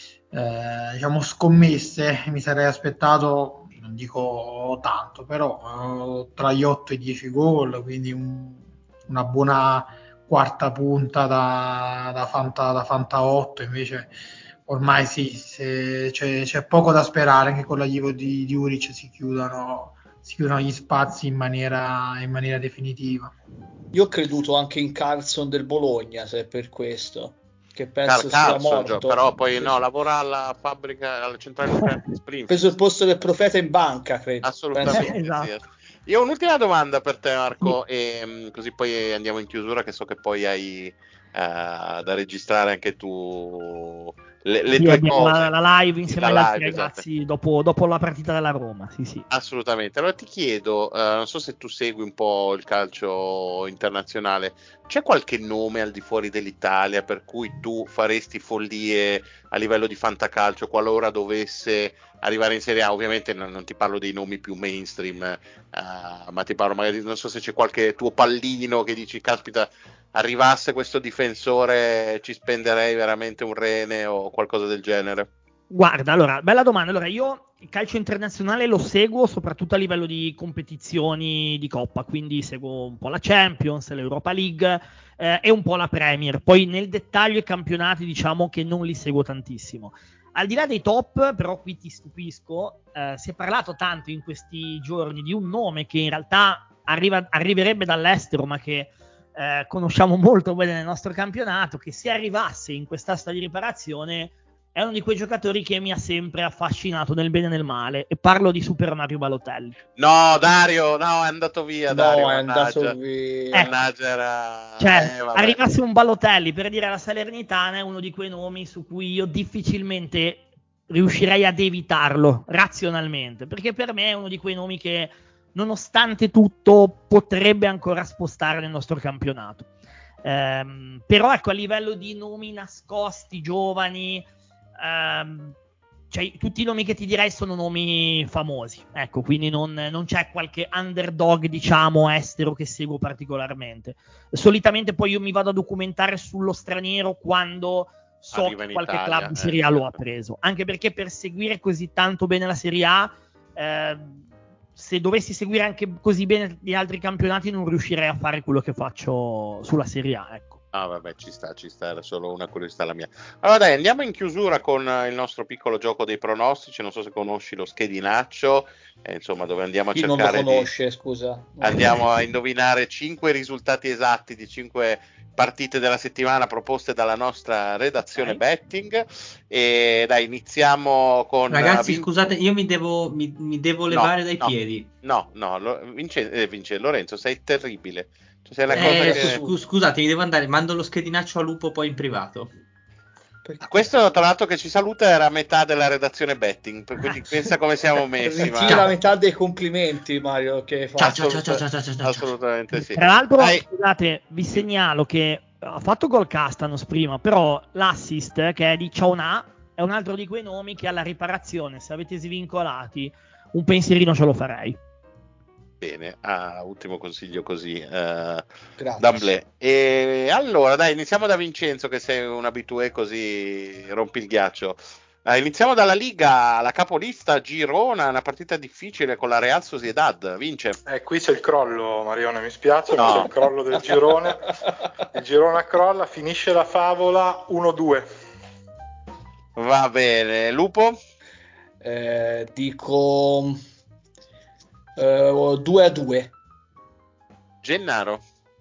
eh, diciamo scommesse, mi sarei aspettato, non dico tanto, però eh, tra gli otto e i dieci gol, quindi un, una buona quarta punta da, da, Fanta, da Fanta otto, invece ormai sì, se, c'è, c'è poco da sperare, anche con l'arrivo di, di Juric si chiudano si chiudono gli spazi in maniera, in maniera definitiva. Io ho creduto anche in Carlson del Bologna, se è per questo, che penso Car- sia Carlson, morto. però poi preso, no, lavora alla fabbrica, alla centrale nucleare di Springfield. preso il posto del profeta in banca, credo. Assolutamente Esatto. sì. Io ho un'ultima domanda per te, Marco, e um, così poi andiamo in chiusura, che so che poi hai uh, da registrare anche tu le, le Sì, tue abbiamo cose. la, la live insieme La agli altri live, esatto. ragazzi dopo, dopo la partita della Roma, sì sì. Assolutamente. Allora ti chiedo, uh, non so se tu segui un po' il calcio internazionale, c'è qualche nome al di fuori dell'Italia per cui tu faresti follie a livello di fantacalcio qualora dovesse arrivare in Serie A? Ovviamente non, non ti parlo dei nomi più mainstream, uh, ma ti parlo magari, non so se c'è qualche tuo pallino che dici, caspita, arrivasse questo difensore ci spenderei veramente un rene o qualcosa del genere. Guarda, allora, bella domanda. Allora, io il calcio internazionale lo seguo soprattutto a livello di competizioni di Coppa, quindi seguo un po' la Champions, l'Europa League eh, e un po' la Premier. Poi nel dettaglio i campionati diciamo che non li seguo tantissimo. Al di là dei top, però qui ti stupisco, eh, si è parlato tanto in questi giorni di un nome che in realtà arriva, arriverebbe dall'estero, ma che eh, conosciamo molto bene nel nostro campionato, che se arrivasse in quest'asta di riparazione è uno di quei giocatori che mi ha sempre affascinato nel bene e nel male, e parlo di Super Mario Balotelli. No, Dario, no, è andato via, No, Dario, è mannaggia. andato via. Mannaggia, era... Cioè, eh, vabbè. arrivasse un Balotelli, per dire la Salernitana, è uno di quei nomi su cui io difficilmente riuscirei ad evitarlo razionalmente, perché per me è uno di quei nomi che, nonostante tutto, potrebbe ancora spostare nel nostro campionato. Ehm, però ecco, a livello di nomi nascosti, giovani, ehm, cioè, tutti i nomi che ti direi sono nomi famosi, ecco, quindi non, non c'è qualche underdog, diciamo, estero che seguo particolarmente. Solitamente poi io mi vado a documentare sullo straniero quando so Arriva che in qualche Italia, club di eh, Serie A certo. lo ha preso, anche perché per seguire così tanto bene la Serie A, eh, se dovessi seguire anche così bene gli altri campionati non riuscirei a fare quello che faccio sulla Serie A, ecco. Ah, vabbè, ci sta, ci sta, era solo una curiosità la mia. Allora dai, andiamo in chiusura con eh, il nostro piccolo gioco dei pronostici, non so se conosci lo schedinaccio, eh, insomma, dove andiamo a Chi non lo cercare di... conosce, scusa? Andiamo a indovinare cinque risultati esatti di cinque partite della settimana proposte dalla nostra redazione Ok. betting. E dai, iniziamo con... Ragazzi, Vin- scusate, io mi devo, mi, mi devo No, levare dai no, piedi. no, no, lo- Vince- eh, Vince- Lorenzo, sei terribile. Cioè, sei una Eh, cosa Eh, perché che... scu- scusa? scusate, mi devo andare, mando lo schedinaccio a Lupo poi in privato. Ah, Perché? questo, tra l'altro, che ci saluta era metà della redazione betting, per- quindi pensa come siamo messi, ma Ritira metà dei complimenti, Mario, che hai Ciao, fatto. ciao, ciao, ciao, assoluta- ciao, ciao, ciao, ciao. assolutamente sì. Tra l'altro, Dai, scusate, vi segnalo che ha fatto gol Castanos prima, però l'assist che è di Ciauna è un altro di quei nomi che alla riparazione, se avete svincolati, un pensierino ce lo farei. bene, ah, ultimo consiglio così, eh, Grazie. d'amblè. E allora, dai, iniziamo da Vincenzo, che sei un abitué, così rompi il ghiaccio. Eh, iniziamo dalla Liga, la capolista Girona, una partita difficile con la Real Sociedad. Vince. Eh, qui c'è il crollo, Marione, mi spiace, ma No. c'è il crollo del girone. Il Girona crolla, finisce la favola uno due. Va bene, Lupo? Eh, dico eh, due a due. Gennaro?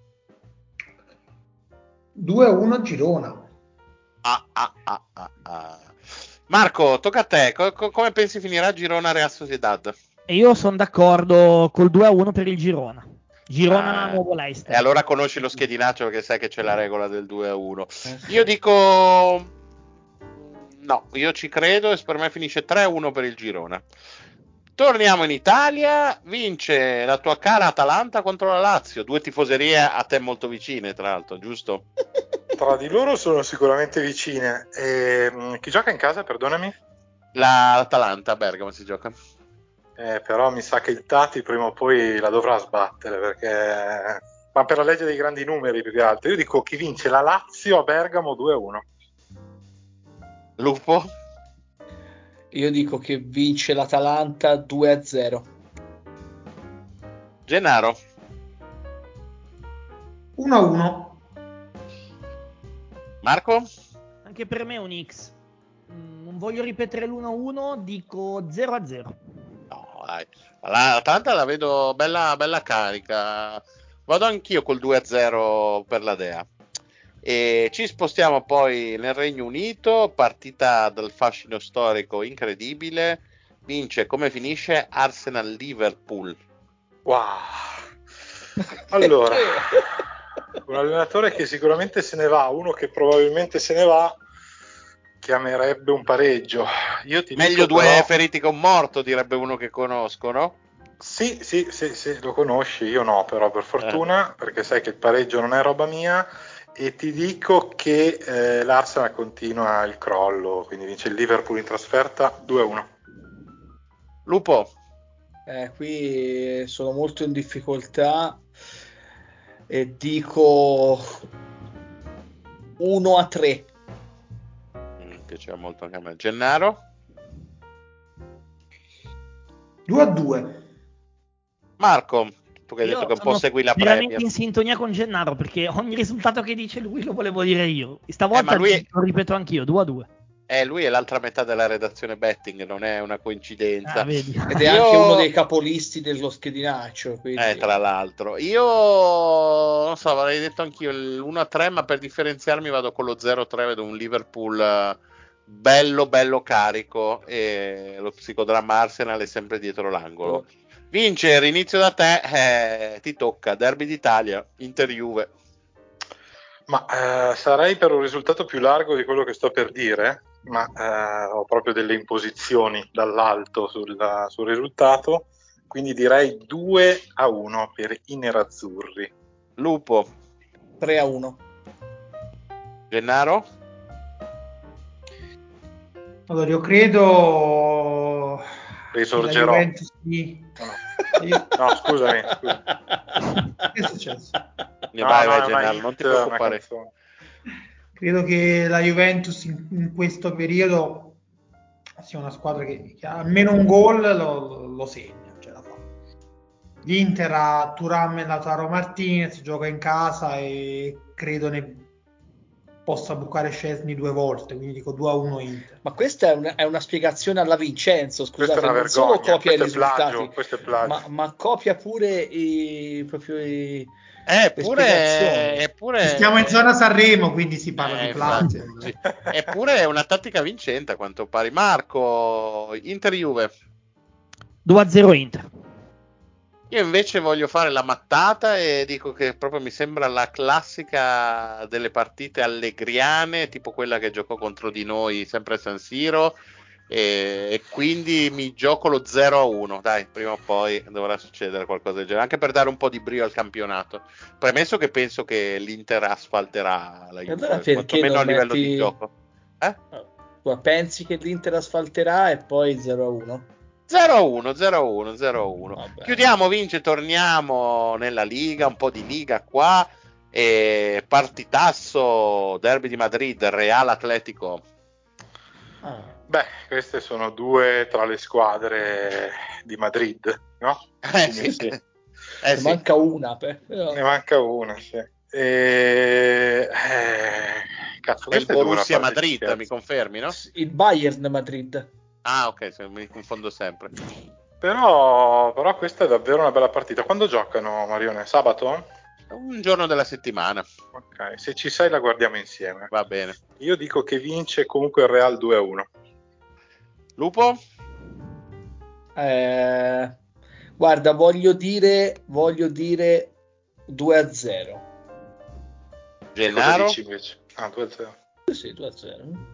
due a uno Girona. Ah, ah, ah, ah, ah. Marco, tocca a te. Co- co- come pensi finirà Girona Real Sociedad? E io sono d'accordo col due a uno per il Girona. Girona Ah, Nuovo e Leicester. allora conosci lo schedinaccio, perché sai che c'è la regola del due a uno. Eh, sì. Io dico no, io ci credo e per me finisce tre a uno per il Girona. Torniamo in Italia, vince la tua cara Atalanta contro la Lazio, due tifoserie a te molto vicine, tra l'altro, giusto? Tra di loro sono sicuramente vicine. E, mh, chi gioca in casa, perdonami? La Atalanta a Bergamo si gioca. Eh, però mi sa che il Tati prima o poi la dovrà sbattere, perché... Ma per la legge dei grandi numeri più che altro. Io dico chi vince la Lazio a Bergamo due a uno. Lupo? Io dico che vince l'Atalanta due a zero. Gennaro? uno a uno. Marco? Anche per me è un X. Mm, Non voglio ripetere l'uno a uno, dico zero a zero. No, dai. L'Atalanta la vedo bella, bella carica. Vado anch'io col due a zero per la Dea. E ci spostiamo poi nel Regno Unito, partita dal fascino storico incredibile. Vince, come finisce? Arsenal-Liverpool. Wow. Allora, un allenatore che sicuramente se ne va, uno che probabilmente se ne va, chiamerebbe un pareggio. Io ti Meglio dico due però... feriti che un morto, direbbe uno che conosco, no? Sì, sì, sì, sì, lo conosci, io no, però per fortuna, eh. perché sai che il pareggio non è roba mia, e ti dico che eh, l'Arsenal continua il crollo, quindi vince il Liverpool in trasferta due a uno. Lupo? Eh, qui sono molto in difficoltà e dico uno a tre. Mi piaceva molto anche a me. Gennaro? due a due. Marco? Tu che hai Io detto che un po' sono segui la veramente Premier. in sintonia con Gennaro, perché ogni risultato che dice lui lo volevo dire io. Eh, Stavolta ma lui- lo ripeto anch'io, due a due. Eh, lui è l'altra metà della redazione betting, non è una coincidenza. Ah, vedi. Ed è Io- anche uno dei capolisti dello schedinaccio. Quindi... Eh, tra l'altro. Io non so, avrei detto anch'io l'uno a tre, ma per differenziarmi vado con lo zero a tre, vedo un Liverpool eh, bello, bello carico e lo psicodramma Arsenal è sempre dietro l'angolo. Vince, inizio da te, eh, ti tocca, Derby d'Italia, Inter-Juve. Ma eh, sarei per un risultato più largo di quello che sto per dire, ma eh, ho proprio delle imposizioni dall'alto sul, sul risultato, quindi direi due a uno per i nerazzurri. Lupo. tre a uno. Gennaro? Allora, io credo Risorgerò. che la Juventus di... No, Io... no scusami, scusami. Che è successo? Ne No, vai, no, vai, è una Gennaro, hit, non ti una preoccupare. canzone. Credo che la Juventus in, in questo periodo sia una squadra che, che almeno un gol lo, lo segna, ce la fa. L'Inter ha Thuram e Lautaro Martinez, gioca in casa e credo ne possa bucare Szczesny due volte, quindi dico due a uno Inter. Ma questa è una, è una spiegazione alla Vincenzo, scusate, Questa è una non solo vergogna, copia i questo è risultati, plagio, questo è plagio. ma, ma copia pure i, proprio i, Eh, le Eppure, spiegazioni. eppure, Stiamo in zona Sanremo, quindi si parla eh, di plagio. infatti, sì. Eppure è una tattica vincente a quanto pare. Marco, Inter-Juve. due a zero Inter. Io invece voglio fare la mattata e dico che proprio mi sembra la classica delle partite allegriane, tipo quella che giocò contro di noi sempre a San Siro, e, e quindi mi gioco lo zero a uno. Dai, prima o poi dovrà succedere qualcosa del genere, anche per dare un po' di brio al campionato. Premesso che penso che l'Inter asfalterà la E allora Juve, perché quantomeno non a livello di metti... gioco. Eh? Tu pensi che l'Inter asfalterà e poi zero a uno? zero a uno, zero a uno, zero a uno. Vabbè. Chiudiamo, vince, torniamo nella Liga, un po' di Liga qua. E partitasso, Derby di Madrid, Real Atletico. Ah. Beh, queste sono due tra le squadre di Madrid, no? Eh sì, sì. eh, Ne sì. manca una. Però. Ne manca una, sì. E... Eh, cazzo, È il questa è dura Borussia parte di Madrid, scherzo. mi confermi, no? Il Bayern Madrid. Ah, ok, se mi confondo sempre. Però, però questa è davvero una bella partita. Quando giocano, Marione? Sabato? Un giorno della settimana. Ok, se ci sei la guardiamo insieme. Va bene. Io dico che vince comunque il Real due a uno. Lupo? Eh, guarda, voglio dire, voglio dire due a zero. Gennaro? Cosa dici invece? Ah, due a zero. Sì, due a zero.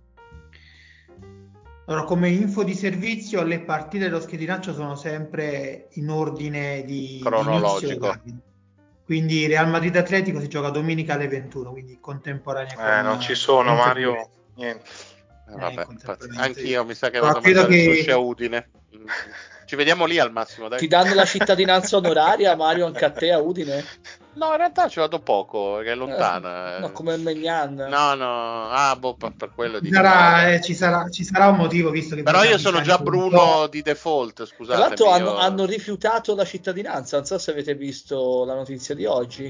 Allora, come info di servizio, le partite dello schedinaccio sono sempre in ordine di, Cronologico. di inizio. Quindi Real Madrid Atletico si gioca domenica alle ventuno, quindi contemporanea con Eh, non ci sono, Inter Mario. Juve. Niente. Eh, vabbè, Eh, contemporaneamente. anch'io mi sa che No, vado a credo mangiare che- il sushi a Udine. Ci vediamo lì al massimo, dai. Ti danno la cittadinanza onoraria, Mario, anche a te a Udine? No, in realtà ci vado poco, perché è lontana. Eh, no, come il Megnan. No, no, ah, boh, per, per quello Ci dico no, sarà, vabbè. eh, ci, sarà, ci sarà un motivo, visto che Però voi io sono tardiciani già siete un Bruno po'- di default, Tra scusatemi. l'altro hanno, io- hanno rifiutato la cittadinanza, non so se avete visto la notizia di oggi.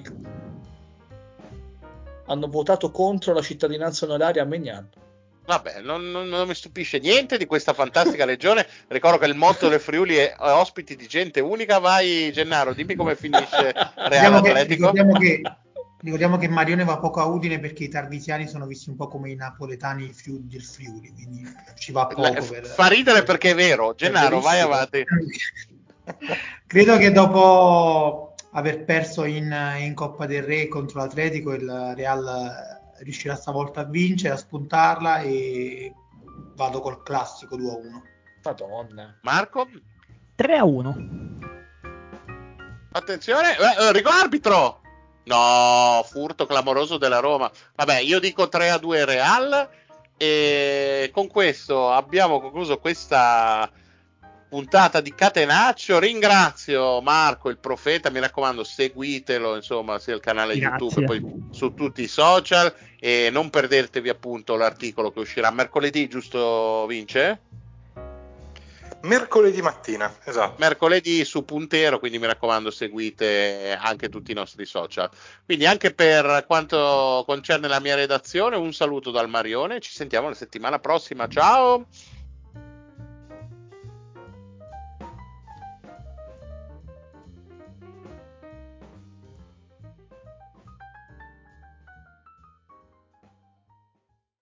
Hanno votato contro la cittadinanza onoraria a Megnan. Vabbè, non, non- non mi stupisce niente di questa fantastica regione. Ricordo che il motto del Friuli è ospiti di gente unica. Vai, Gennaro, dimmi come finisce Real Ricordiamo che, Atletico. ricordiamo, che, ricordiamo che Marione va poco a Udine perché i tarvisiani sono visti un po' come i napoletani Friuli- del Friuli, quindi ci va poco. La- per, Fa ridere perché è vero. Gennaro, vai verissimo. avanti. Credo che dopo aver perso in, in Coppa del Re contro l'Atletico, il Real riuscirà stavolta a vincere, a spuntarla, e vado col classico due a uno. Madonna. Marco? tre a uno. Attenzione, eh, eh, rigor arbitro! No, furto clamoroso della Roma. Vabbè, io dico tre a due Real e con questo abbiamo concluso questa puntata di Catenaccio. Ringrazio Marco, il profeta, mi raccomando, seguitelo, insomma, sia il canale Grazie. YouTube, poi su tutti i social, e non perdetevi appunto l'articolo che uscirà mercoledì, giusto Vince? Mercoledì mattina, esatto. Mercoledì su Puntero, quindi mi raccomando seguite anche tutti i nostri social. Quindi anche per quanto concerne la mia redazione, un saluto dal Marione, ci sentiamo la settimana prossima, ciao!